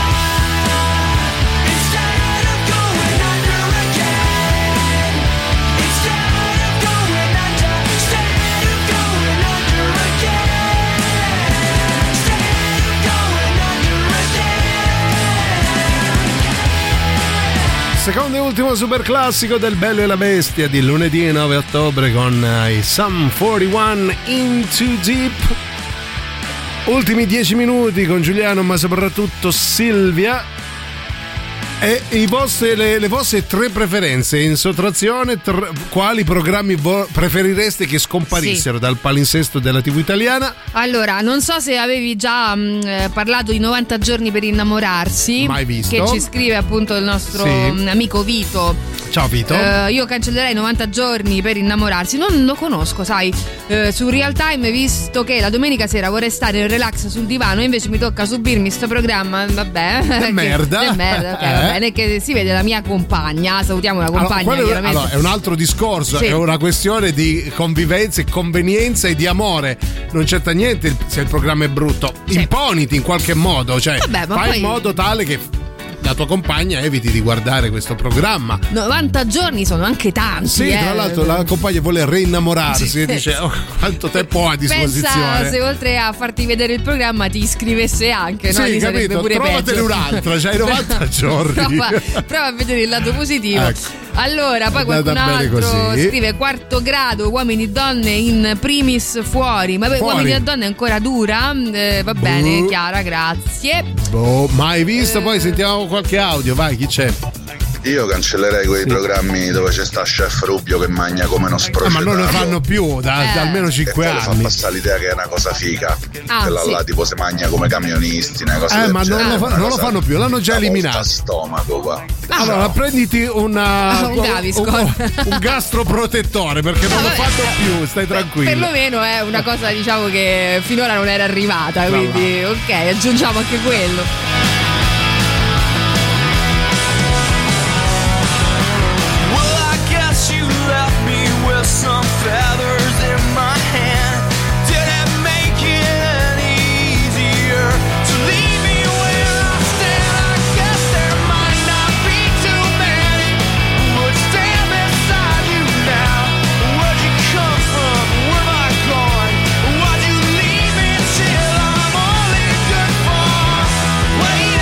Instead of going under again. Instead of going under. Instead of going under again. Instead of going under again. Secondo e ultimo super classico del Bello e la Bestia di lunedì nove ottobre con eh, i Sum quarantuno In Too Deep. Ultimi dieci minuti con Giuliano, ma soprattutto Silvia. E i vostri, le, le vostre tre preferenze in sottrazione, tre, quali programmi vo- preferireste che scomparissero Sì. dal palinsesto della tivù italiana? Allora, non so se avevi già mh, eh, parlato di novanta giorni per innamorarsi. Mai visto. Che ci scrive appunto il nostro Sì. mh, amico Vito. Ciao Vito. Eh, io cancellerei novanta giorni per innamorarsi. Non lo conosco, sai. Eh, su Real Time, visto che la domenica sera vorrei stare in relax sul divano, invece mi tocca subirmi sto programma. Vabbè. Che che- merda. che merda, ok, Eh. va bene. Che si vede la mia compagna. Salutiamo la Allora, compagna. quello è, chiaramente. allora, è un altro discorso, Sì. è una questione di convivenza e convenienza e di amore. Non c'entra niente il- se il programma è brutto. Imponiti in qualche modo, cioè Vabbè, ma fai poi- in modo tale che la tua compagna eviti di guardare questo programma. novanta giorni sono anche tanti. Sì, eh. tra l'altro la compagna vuole reinnamorarsi Sì. e dice oh, quanto tempo ha a disposizione. Pensa se oltre a farti vedere il programma ti iscrivesse anche, no? Sì, Lì sarebbe capito, pure trovatene peggio. un'altra, c'hai novanta giorni. Prova, prova a vedere il lato positivo. Ecco. Allora, poi È andata qualcun bene altro così. scrive quarto grado, uomini e donne in primis fuori. Ma beh, Fuori. uomini e donne è ancora dura. Eh, va bene, Chiara, grazie. Boh, mai visto, Eh. poi sentiamo qualche audio, vai, chi c'è? Io cancellerei quei programmi dove c'è sta Chef Rubio che mangia come uno Ah, sprocetato. ma non ne fanno più da, Eh. da almeno cinque e quello fa anni. passare l'idea che è una cosa figa. Ah, Quella sì. là tipo se mangia come camionisti, una cosa Eh, del ma non, genere, lo, fa- una non lo cosa fanno più, l'hanno già da eliminato. volta stomaco qua. Allora, prenditi una, Ah, un Gaviscon. un, un gastroprotettore perché non lo vabbè. fanno più, stai tranquillo. Perlomeno è una cosa, diciamo, che finora non era arrivata. Brava. Quindi, ok, aggiungiamo anche quello. Well, I guess you left me with some feathers in my hand. Did it make it any easier to leave me where I stand? I guess there might not be too many who would stand beside you now. Where'd you come from? Where am I going? Why'd you leave me till I'm only good for? Wait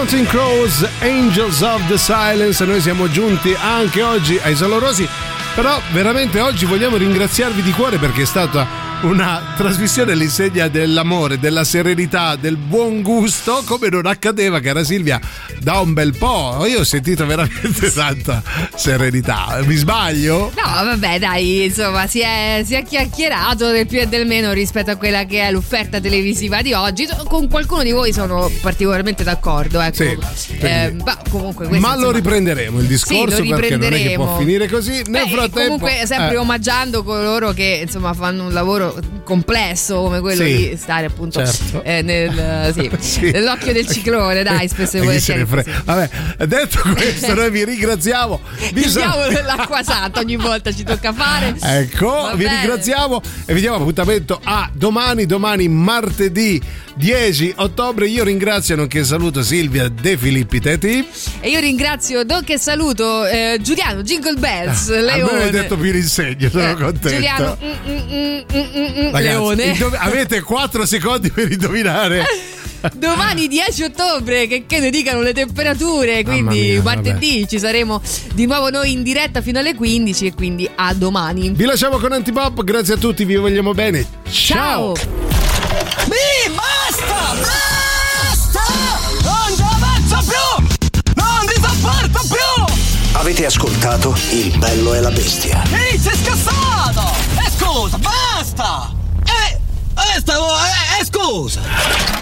Counting Crows, Angels of the Silence. Noi siamo giunti anche oggi ai Salorosi, però veramente oggi vogliamo ringraziarvi di cuore perché è stata una trasmissione all'insegna dell'amore, della serenità, del buon gusto, come non accadeva, cara Silvia, da un bel po'. Io ho sentito veramente tanta serenità. Mi sbaglio? No, vabbè, dai, insomma, si è, si è chiacchierato del più e del meno rispetto a quella che è l'offerta televisiva di oggi. Con qualcuno di voi sono particolarmente d'accordo, ecco. Sì, eh, ma comunque questo, ma lo insomma, riprenderemo il discorso, sì, perché non è che può finire così. Nel Beh, frattempo, comunque sempre eh. omaggiando coloro che insomma fanno un lavoro complesso come quello sì, di stare appunto certo. eh, nel, sì, sì. nell'occhio del ciclone, dai, spesso e E chi se ne volentieri. frega. Vabbè, detto questo, noi vi ringraziamo. Il diavolo dell'acqua santa ogni volta ci tocca fare. Ecco, Va vi bene. ringraziamo e vi diamo appuntamento a domani, domani martedì dieci ottobre. Io ringrazio nonché saluto Silvia De Filippi Teti. E io ringrazio Doc e saluto eh, Giuliano Jingle Bells A me Leone. hai detto più insegno, sono Eh, contento. Giuliano mm, mm, mm, mm, mm, Ragazzi, Leone. indov- avete quattro secondi per indovinare. Domani dieci ottobre, che, che ne dicano le temperature, quindi mia, martedì ci saremo di nuovo noi in diretta fino alle quindici e quindi a domani. Vi lasciamo con Antipop, grazie a tutti, vi vogliamo bene. Ciao. Mi basta! Basta! Non ci avanzo più! Non vi sopporto più! Avete ascoltato Il Bello e la Bestia? Ehi, sei scassato! E scusa, basta! E... e stavo... e, e scusa!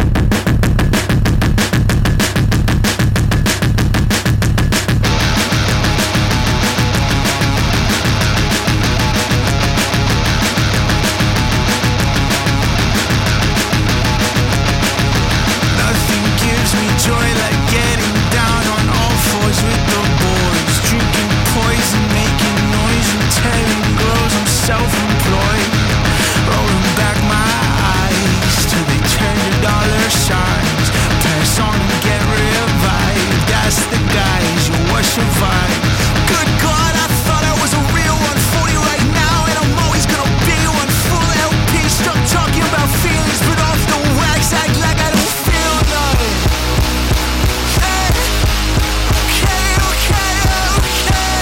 Nothing gives me joy like getting down on all fours with the boys, drinking poison, making noise and telling girls I'm self-employed, rolling back my eyes till they turn to dollar signs, pass on and get revived. That's the guys you will survive. Good God, I thought I was a real one for you right now, and I'm always gonna be one. Full L P, stop talking about feelings, but off the wax, act like I don't feel none. Hey, okay, okay, okay.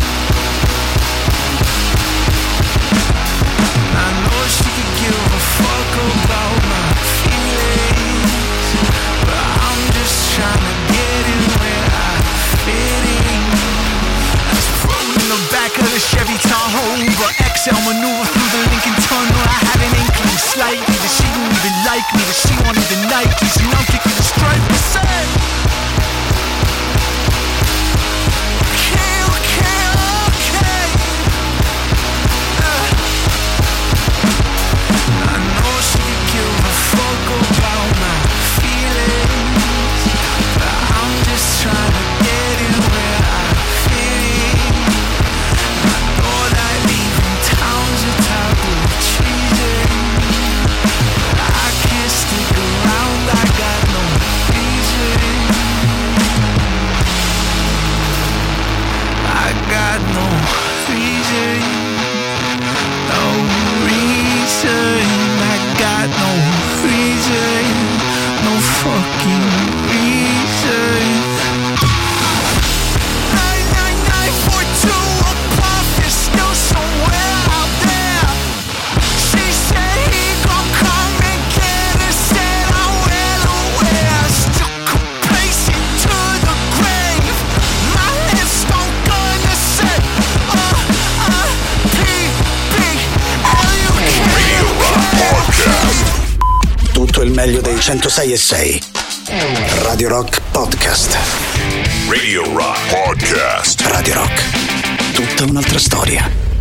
I know she could give a fuck about my feelings, but I'm just trying to get in where I fit in. That's thrown in the back of the Chevy Tahoe, but X L maneuver through the Lincoln Tunnel. I had an inkling slightly that she didn't even like me, that she wanted the Nikes, and I'm kicking the stripe to say, okay, okay, okay. Uh, I know she could give a fuck about my feelings, but I'm just trying to get in where I fit in. I thought I'd leave in towns of taboo cheesing, but I can't stick around, I got no reason. I got no reason, no reason. I got no reason, no fucking reason. Nine nine nine four two, a puff is still somewhere out there. She said he gon' come and get her, said I'm well aware. Still complacent to the grave. My headstone gonna say, uh, uh, P, B, L, U, K. Radio Rock Podcast. Tutto il meglio dei centosei e sei. Radio Rock Podcast. Radio Rock Podcast. Radio Rock. Tutta un'altra storia.